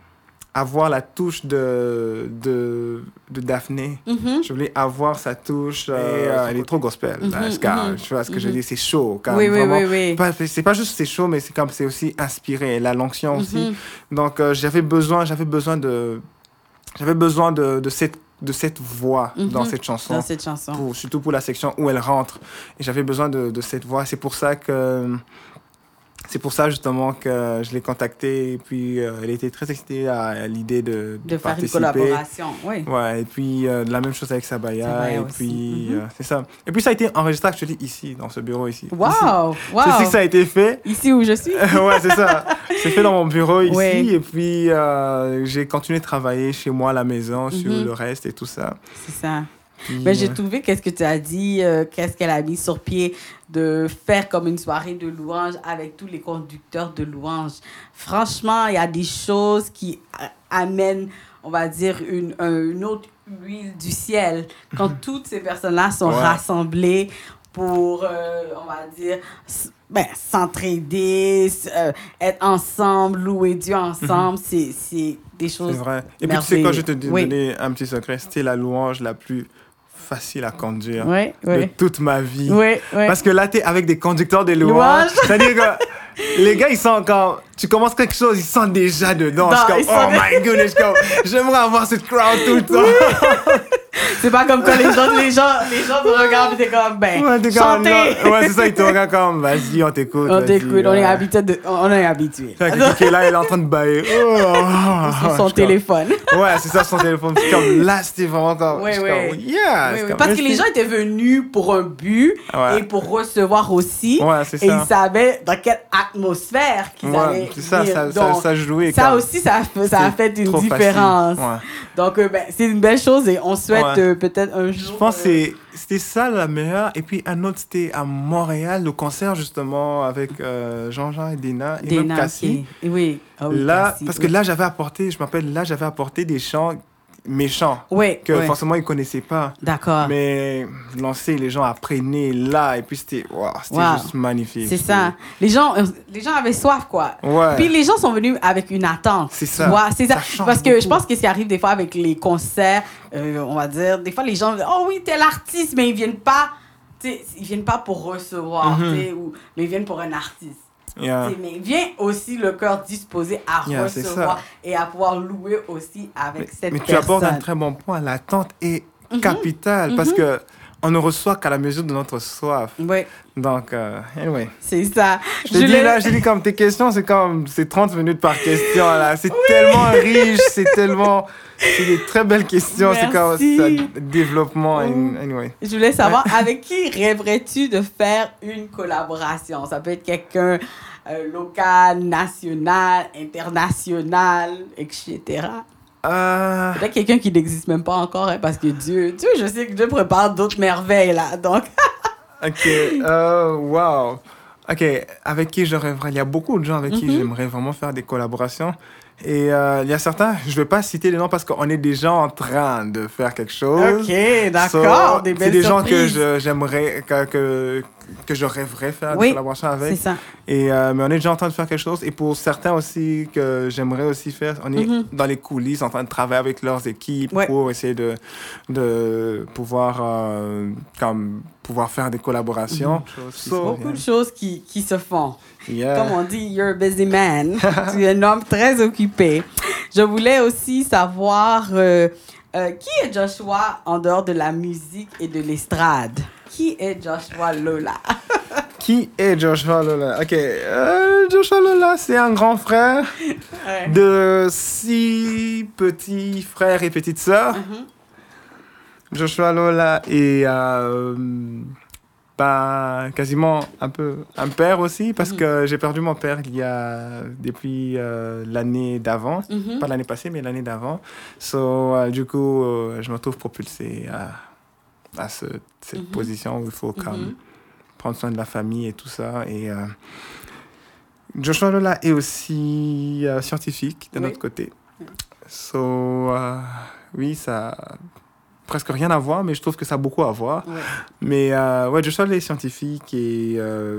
avoir la touche de, de, de Daphné. Mm-hmm. Je voulais avoir sa touche. Euh, et, euh, elle est trop gospel. Mm-hmm, là, mm-hmm, tu vois ce que mm-hmm. je dis, c'est chaud. Quand oui, même, oui, oui, oui. Pas, c'est pas juste c'est chaud, mais c'est, comme, c'est aussi inspiré. La l'onction mm-hmm. aussi. Donc, euh, j'avais besoin, j'avais besoin de... J'avais besoin de, de cette de cette voix mm-hmm. dans cette chanson. Dans cette chanson. Pour, surtout pour la section où elle rentre. Et j'avais besoin de, de cette voix. C'est pour ça que... C'est pour ça, justement, que je l'ai contactée. Et puis, euh, elle était très excitée à, à l'idée de, de, de faire participer. une collaboration, oui. Ouais, et puis, euh, la même chose avec Sabaya. Sabaya et aussi. puis, mm-hmm. euh, c'est ça. Et puis, ça a été enregistré, actually, ici, dans ce bureau ici. Wow! Ici. Wow! C'est ici que ça a été fait. Ici où je suis. Ouais, c'est ça. C'est fait dans mon bureau ici. Ouais. Et puis, euh, j'ai continué de travailler chez moi à la maison mm-hmm. sur le reste et tout ça. C'est ça. Puis, mais j'ai trouvé, qu'est-ce que tu as dit, euh, qu'est-ce qu'elle a mis sur pied, de faire comme une soirée de louange avec tous les conducteurs de louange. Franchement, il y a des choses qui amènent, on va dire, une, une autre huile du ciel. Quand toutes ces personnes-là sont ouais. rassemblées pour, euh, on va dire, ben, s'entraider, euh, être ensemble, louer Dieu ensemble, mm-hmm. c'est, c'est des choses. C'est vrai. Et puis, tu sais, quand je te dis oui. donner un petit secret, c'était la louange la plus facile à conduire oui, oui. de toute ma vie. Oui, oui. Parce que là, tu es avec des conducteurs de louange. C'est-à-dire que les gars, ils sont quand tu commences quelque chose, ils sont déjà dedans. Non, je suis comme, oh my des... goodness, comme, j'aimerais avoir cette crowd tout le temps. Oui. C'est pas comme quand les gens, les gens, les gens te regardent et t'es comme, ben, ouais, t'es chantez. Comme, ouais, c'est ça, ils te regardent comme, vas-y, on t'écoute. On t'écoute, ouais. on est habitué de, on est habitué. Fait que quelqu'un qui est là, il est en train de bailler. Oh, sur son téléphone. Comme, ouais, c'est ça, son téléphone. C'est comme, là, c'était vraiment comme, oui, oui. Comme, yeah. Oui, oui. Comme, parce que les gens étaient venus pour un but ouais. et pour recevoir aussi. Ouais, c'est ça. Et ils savaient dans quelle atmosphère qu'ils ouais, allaient. C'est ça, ça, ça, ça jouait. Ça aussi, ça, ça a fait une différence. Ouais. Donc, euh, ben, c'est une belle chose et on souhaite ouais. euh, peut-être un jour. Je pense que euh... c'était ça la meilleure. Et puis un autre, c'était à Montréal, le concert justement avec euh, Jean-Jean et Dina et Dina, même Cassie. Okay. Oui. Oh, oui. Là, Cassie, parce oui. que là, j'avais apporté, je m'appelle, là, j'avais apporté des chants méchants oui, que oui. forcément ils ne connaissaient pas. D'accord. Mais lancer les gens apprenaient là et puis c'était, wow, c'était wow. juste magnifique. C'est ça. Les gens, les gens avaient soif, quoi. Ouais. Puis les gens sont venus avec une attente. C'est ça. Ouais, c'est ça. ça Parce que beaucoup. Je pense que ce qui arrive des fois avec les concerts, euh, on va dire, des fois les gens disent, oh oui, tel artiste, mais ils viennent pas, t'sais, ils viennent pas pour recevoir, mm-hmm. ou, mais ils viennent pour un artiste. Yeah. Mais vient aussi le cœur disposé à yeah, recevoir et à pouvoir louer aussi avec mais, cette mais personne. Mais tu apportes un très bon point. L'attente est mm-hmm. capitale mm-hmm. parce que on ne reçoit qu'à la mesure de notre soif. Oui. Donc, euh, anyway. C'est ça. Je te dis là, je te dis comme tes questions, c'est comme, c'est trente minutes par question, là. C'est oui. tellement riche, c'est tellement, c'est des très belles questions. Merci. C'est comme ça, développement, oh. anyway. Je voulais savoir, avec qui rêverais-tu de faire une collaboration? Ça peut être quelqu'un euh, local, national, international, et cetera. Euh... Peut-être quelqu'un qui n'existe même pas encore, hein, parce que Dieu, Dieu, je sais que Dieu prépare d'autres merveilles, là, donc... Ok, euh, wow. Ok, avec qui je rêverais? Il y a beaucoup de gens avec mm-hmm. qui j'aimerais vraiment faire des collaborations. Et euh, il y a certains, je ne vais pas citer les noms parce qu'on est déjà en train de faire quelque chose. Ok, d'accord, so, des belles c'est des surprises. gens que je, j'aimerais, que, que, que je rêverais faire oui, des collaborations avec. C'est ça. Et, euh, mais on est déjà en train de faire quelque chose. Et pour certains aussi que j'aimerais aussi faire, on est mm-hmm. dans les coulisses en train de travailler avec leurs équipes ouais. pour essayer de, de pouvoir, euh, comme, pouvoir faire des collaborations. Mm-hmm. So, beaucoup de choses qui, qui se font. Yeah. Comme on dit, you're a busy man. Tu es un homme très occupé. Je voulais aussi savoir euh, euh, qui est Joshua en dehors de la musique et de l'estrade? Qui est Joshua Lola? Qui est Joshua Lola? Ok, euh, Joshua Lola, c'est un grand frère ouais. de six petits frères et petites sœurs. Mm-hmm. Joshua Lola est euh, bah, quasiment un peu un père aussi, parce mm-hmm. que j'ai perdu mon père il y a depuis euh, l'année d'avant, mm-hmm. pas l'année passée, mais l'année d'avant. So, euh, du coup, euh, je me trouve propulsé à, à ce, cette mm-hmm. position où il faut comme mm-hmm. prendre soin de la famille et tout ça. Et euh, Joshua Lola est aussi euh, scientifique de oui. notre côté. Oui. So, euh, oui, ça presque rien à voir, mais je trouve que ça a beaucoup à voir. Ouais. Mais euh, ouais, Joshua est scientifique et euh,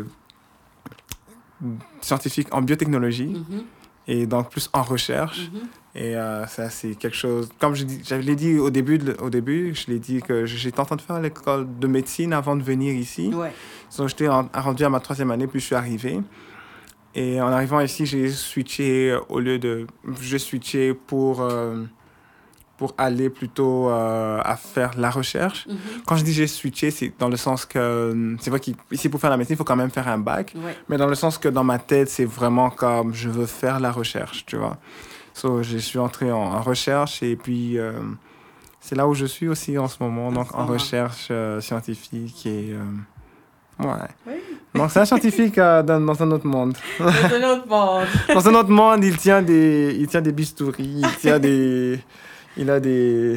scientifique en biotechnologie mm-hmm. et donc plus en recherche. Mm-hmm. Et euh, ça, c'est quelque chose. Comme je, dis, je l'ai dit au début, de, au début, je l'ai dit que j'étais en train de faire l'école de médecine avant de venir ici. Ouais. Donc, j'étais en, rendu à ma troisième année, puis je suis arrivé. Et en arrivant ici, j'ai switché au lieu de. J'ai switché pour. Euh, pour aller plutôt euh, à faire la recherche. Mm-hmm. Quand je dis j'ai switché, c'est dans le sens que... C'est vrai qu'ici, pour faire la médecine, il faut quand même faire un bac. Ouais. Mais dans le sens que dans ma tête, c'est vraiment comme je veux faire la recherche, tu vois. So, je suis entré en, en recherche et puis euh, c'est là où je suis aussi en ce moment, donc en recherche euh, scientifique et... Euh, ouais. Oui. Donc c'est un scientifique euh, dans, dans un autre monde. Dans un autre monde. Dans un autre monde, il tient des, il tient des bistouris, il tient des... Il a des...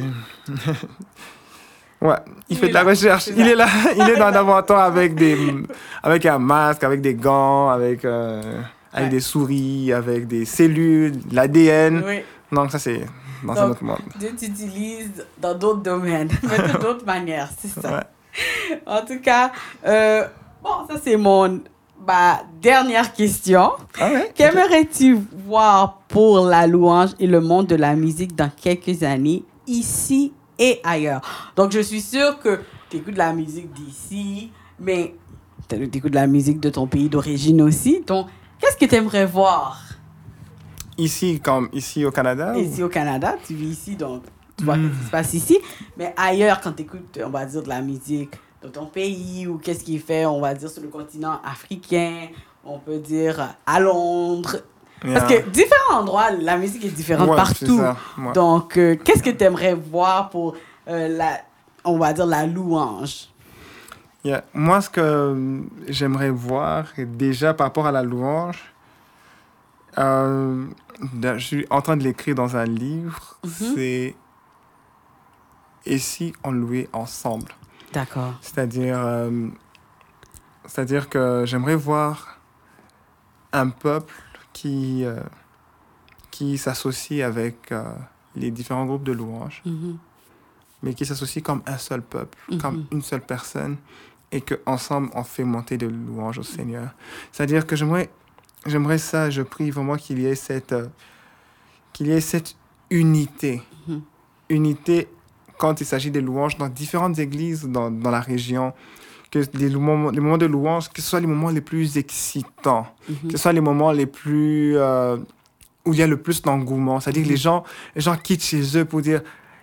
ouais, il, il fait de la là. recherche. Il est là, il est dans un laboratoire avec, des, avec un masque, avec des gants, avec, euh, avec ouais. des souris, avec des cellules, l'A D N. Oui. Donc ça, c'est dans Donc, un autre monde. Dieu t'utilise dans d'autres domaines, mais de d'autres manières, c'est ça. Ouais. En tout cas, euh, bon, ça c'est mon... Bah, dernière question. Ah ouais? Qu'aimerais-tu voir pour la louange et le monde de la musique dans quelques années, ici et ailleurs? Donc, je suis sûre que tu écoutes de la musique d'ici, mais tu écoutes de la musique de ton pays d'origine aussi. Donc, qu'est-ce que tu aimerais voir? Ici, comme ici au Canada? Ici ou... au Canada, tu vis ici, donc tu vois mm. ce qui se passe ici. Mais ailleurs, quand tu écoutes, on va dire, de la musique de ton pays ou qu'est-ce qu'il fait, on va dire, sur le continent africain, on peut dire à Londres. Yeah. Parce que différents endroits, la musique est différente ouais, partout. Ouais. Donc, euh, qu'est-ce que tu aimerais voir pour, euh, la, on va dire, la louange? Yeah. Moi, ce que j'aimerais voir, déjà par rapport à la louange, euh, je suis en train de l'écrire dans un livre, mm-hmm. c'est « Et si on louait ensemble ?» D'accord. C'est-à-dire, euh, c'est-à-dire que j'aimerais voir un peuple qui, euh, qui s'associe avec euh, les différents groupes de louanges, mm-hmm. mais qui s'associe comme un seul peuple, mm-hmm. comme une seule personne, et qu'ensemble, on fait monter de louanges au Seigneur. C'est-à-dire que j'aimerais, j'aimerais ça, je prie vraiment qu'il y ait cette, euh, qu'il y ait cette unité. Mm-hmm. Unité quand il s'agit des louanges dans différentes églises dans, dans la région, que les moments, les moments de louange, que ce soit les moments les plus excitants, mm-hmm. que ce soit les moments les plus... Euh, où il y a le plus d'engouement. C'est-à-dire mm-hmm. que les gens, les gens quittent chez eux pour dire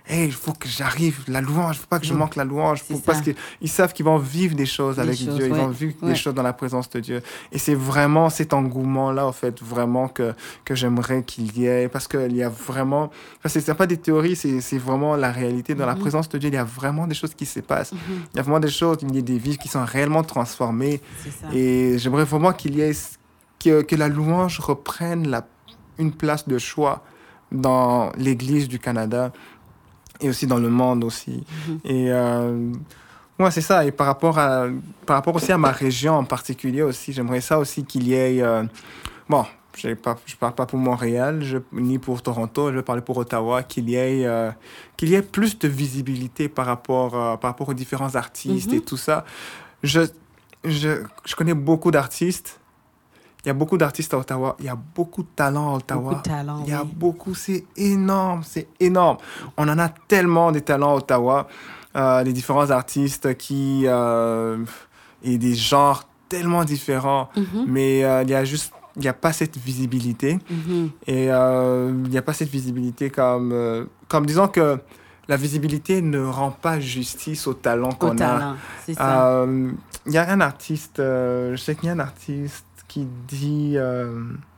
hey, il faut que j'arrive, la louange, il ne faut pas que je manque la louange, faut, parce qu'ils savent qu'ils vont vivre des choses des avec choses, Dieu, ouais. ils vont vivre ouais. des choses dans la présence de Dieu. Et c'est vraiment cet engouement-là, en fait, vraiment que, que j'aimerais qu'il y ait, parce qu'il y a vraiment, parce que ce n'est pas des théories, c'est, c'est vraiment la réalité. Dans mm-hmm. la présence de Dieu, il y a vraiment des choses qui se passent. Mm-hmm. Il y a vraiment des choses, il y a des vies qui sont réellement transformées. Et j'aimerais vraiment qu'il y ait, que, que la louange reprenne la, une place de choix dans l'Église du Canada et aussi dans le monde aussi. Mm-hmm. Et euh, ouais, c'est ça. Et par rapport, à, par rapport aussi à ma région en particulier aussi, j'aimerais ça aussi qu'il y ait... Euh, bon, je ne parle pas pour Montréal, je, ni pour Toronto, je vais parler pour Ottawa, qu'il y ait, euh, qu'il y ait plus de visibilité par rapport, euh, par rapport aux différents artistes mm-hmm. et tout ça. Je, je, je connais beaucoup d'artistes. Il y a beaucoup d'artistes à Ottawa. Il y a beaucoup de talent à Ottawa. Beaucoup de talent, Il y a oui. beaucoup, c'est énorme, c'est énorme. On en a tellement des talents à Ottawa. Euh, les différents artistes qui... Euh, et des genres tellement différents. Mm-hmm. Mais euh, il y a juste... Il n'y a pas cette visibilité. Mm-hmm. Et euh, il n'y a pas cette visibilité comme... Euh, comme disons que la visibilité ne rend pas justice au talent qu'on au talent, a. C'est ça. Euh, il y a un artiste... Euh, je sais qu'il y a un artiste qui dit... Euh...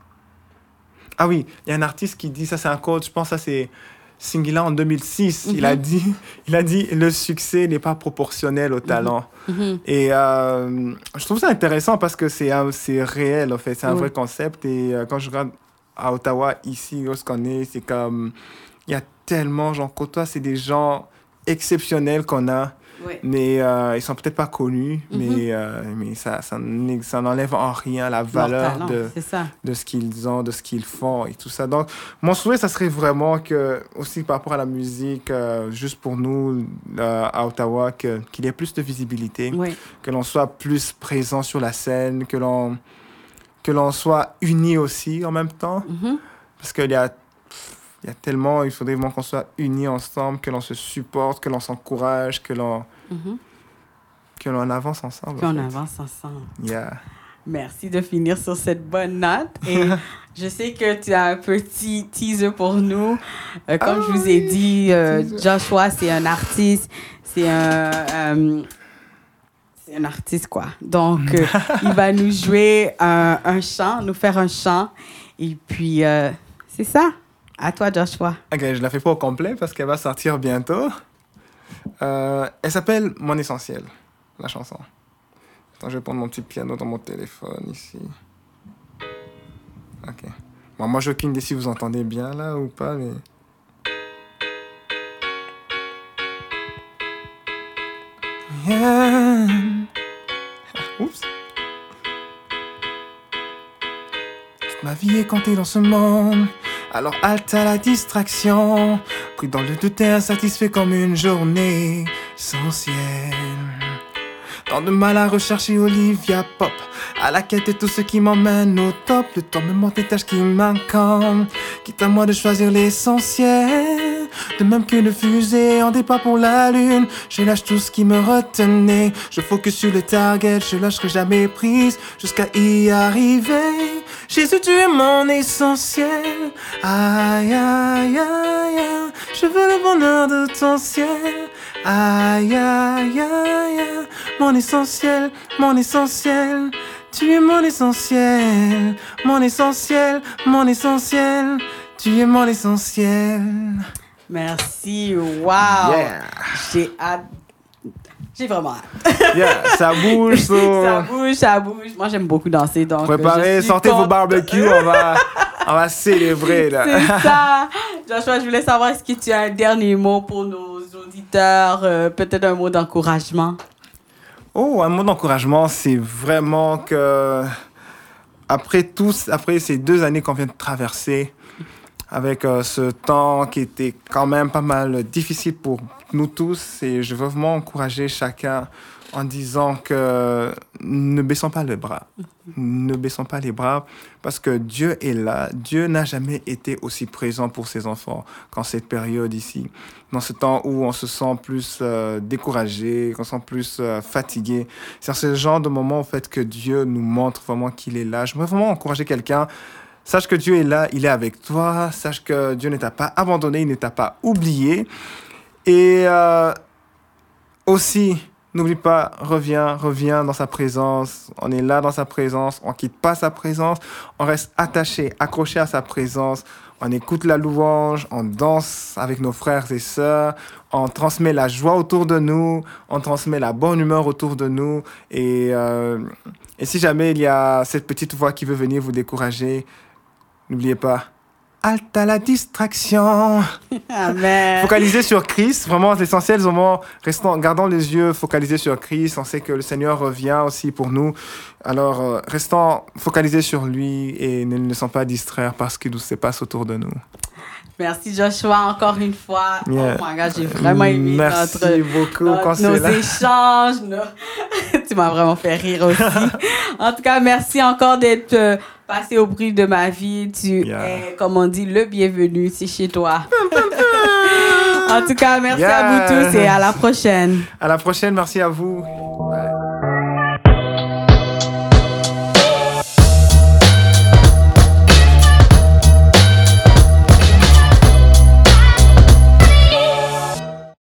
Ah oui, il y a un artiste qui dit, ça c'est un coach, je pense que ça c'est Singila en deux mille six, mm-hmm. il, a dit, il a dit le succès n'est pas proportionnel au talent. Mm-hmm. Et euh, je trouve ça intéressant parce que c'est, c'est réel en fait, c'est un oui. vrai concept. Et euh, quand je regarde à Ottawa, ici, où ce qu'on est, c'est comme... Il y a tellement, genre, côtoie, c'est des gens exceptionnels qu'on a. Oui. Mais euh, ils sont peut-être pas connus, mm-hmm. mais, euh, mais ça, ça, ça n'enlève en rien la valeur talent, de, de ce qu'ils ont, de ce qu'ils font et tout ça. Donc, mon souhait, ça serait vraiment que, aussi par rapport à la musique, euh, juste pour nous euh, à Ottawa, que, qu'il y ait plus de visibilité, oui. que l'on soit plus présent sur la scène, que l'on, que l'on soit unis aussi en même temps. Mm-hmm. Parce qu'il y a Il y a tellement, il faudrait vraiment qu'on soit unis ensemble, que l'on se supporte, que l'on s'encourage, que l'on, mm-hmm. que l'on avance ensemble. Qu'on avance ensemble. Yeah. Merci de finir sur cette bonne note. Et je sais que tu as un petit teaser pour nous. Euh, comme oh, je vous ai dit, euh, Joshua, c'est un artiste. C'est un... Euh, c'est un artiste, quoi. Donc, euh, il va nous jouer un, un chant, nous faire un chant. Et puis, euh, c'est ça. À toi, Joshua. Ok, je la fais pas au complet parce qu'elle va sortir bientôt. Euh, elle s'appelle Mon Essentiel, la chanson. Attends, je vais prendre mon petit piano dans mon téléphone ici. Ok. Bon, moi, j'ai aucune idée si vous entendez bien là ou pas, mais... Yeah. Oups. Toute ma vie est comptée dans ce monde. Alors halte à la distraction, pris dans le doute et insatisfait comme une journée sans ciel. Tant de mal à rechercher Olivia Pop, à la quête de tout ce qui m'emmène au top. Le temps me montre les tâches qui m'incombent, quitte à moi de choisir l'essentiel. De même qu'une fusée en départ pour la lune, je lâche tout ce qui me retenait. Je focus sur le target, je lâcherai jamais prise jusqu'à y arriver. Jésus, tu es mon essentiel. Aïe, aïe, aïe, aïe. Je veux le bonheur de ton ciel. Aïe, aïe, aïe, aïe. Mon essentiel, mon essentiel. Tu es mon essentiel. Mon essentiel, mon essentiel. Tu es mon essentiel. Merci, wow. Yeah. J'ai hâte. J'ai vraiment hâte. Yeah, ça bouge, so... ça bouge, ça bouge. Moi, j'aime beaucoup danser, donc... Préparez, sortez vos barbecues, on va, on va célébrer, là. C'est ça. Joshua, je voulais savoir, est-ce que tu as un dernier mot pour nos auditeurs, euh, peut-être un mot d'encouragement? Oh, un mot d'encouragement, c'est vraiment que... Après tous, après ces deux années qu'on vient de traverser, avec euh, ce temps qui était quand même pas mal difficile pour nous tous, et je veux vraiment encourager chacun en disant que ne baissons pas les bras, ne baissons pas les bras, parce que Dieu est là. Dieu n'a jamais été aussi présent pour ses enfants qu'en cette période ici, dans ce temps où on se sent plus euh, découragé, qu'on se sent plus euh, fatigué. C'est ce genre de moment en fait que Dieu nous montre vraiment qu'il est là. Je veux vraiment encourager quelqu'un. Sache que Dieu est là, il est avec toi. Sache que Dieu ne t'a pas abandonné, il ne t'a pas oublié. Et euh, aussi, n'oublie pas, reviens, reviens dans sa présence. On est là dans sa présence. On ne quitte pas sa présence. On reste attaché, accroché à sa présence. On écoute la louange. On danse avec nos frères et sœurs. On transmet la joie autour de nous. On transmet la bonne humeur autour de nous. Et, euh, et si jamais il y a cette petite voix qui veut venir vous décourager, n'oubliez pas, halte à la distraction. Amen. Focalisez sur Christ. Vraiment, l'essentiel, vraiment, restons, gardons les yeux focalisés sur Christ. On sait que le Seigneur revient aussi pour nous. Alors, euh, restons focalisés sur lui et ne nous laissons pas distraire par ce qui nous se passe autour de nous. Merci Joshua encore une fois. Yeah. Oh my God, j'ai vraiment aimé Merci notre, beaucoup, notre, nos échanges. Nos... tu m'as vraiment fait rire aussi. En tout cas, merci encore d'être euh, passé au bruit de ma vie. Tu yeah. es, comme on dit, le bienvenu. C'est chez toi. En tout cas, merci yeah. à vous tous et à la prochaine. À la prochaine, merci à vous. Bye.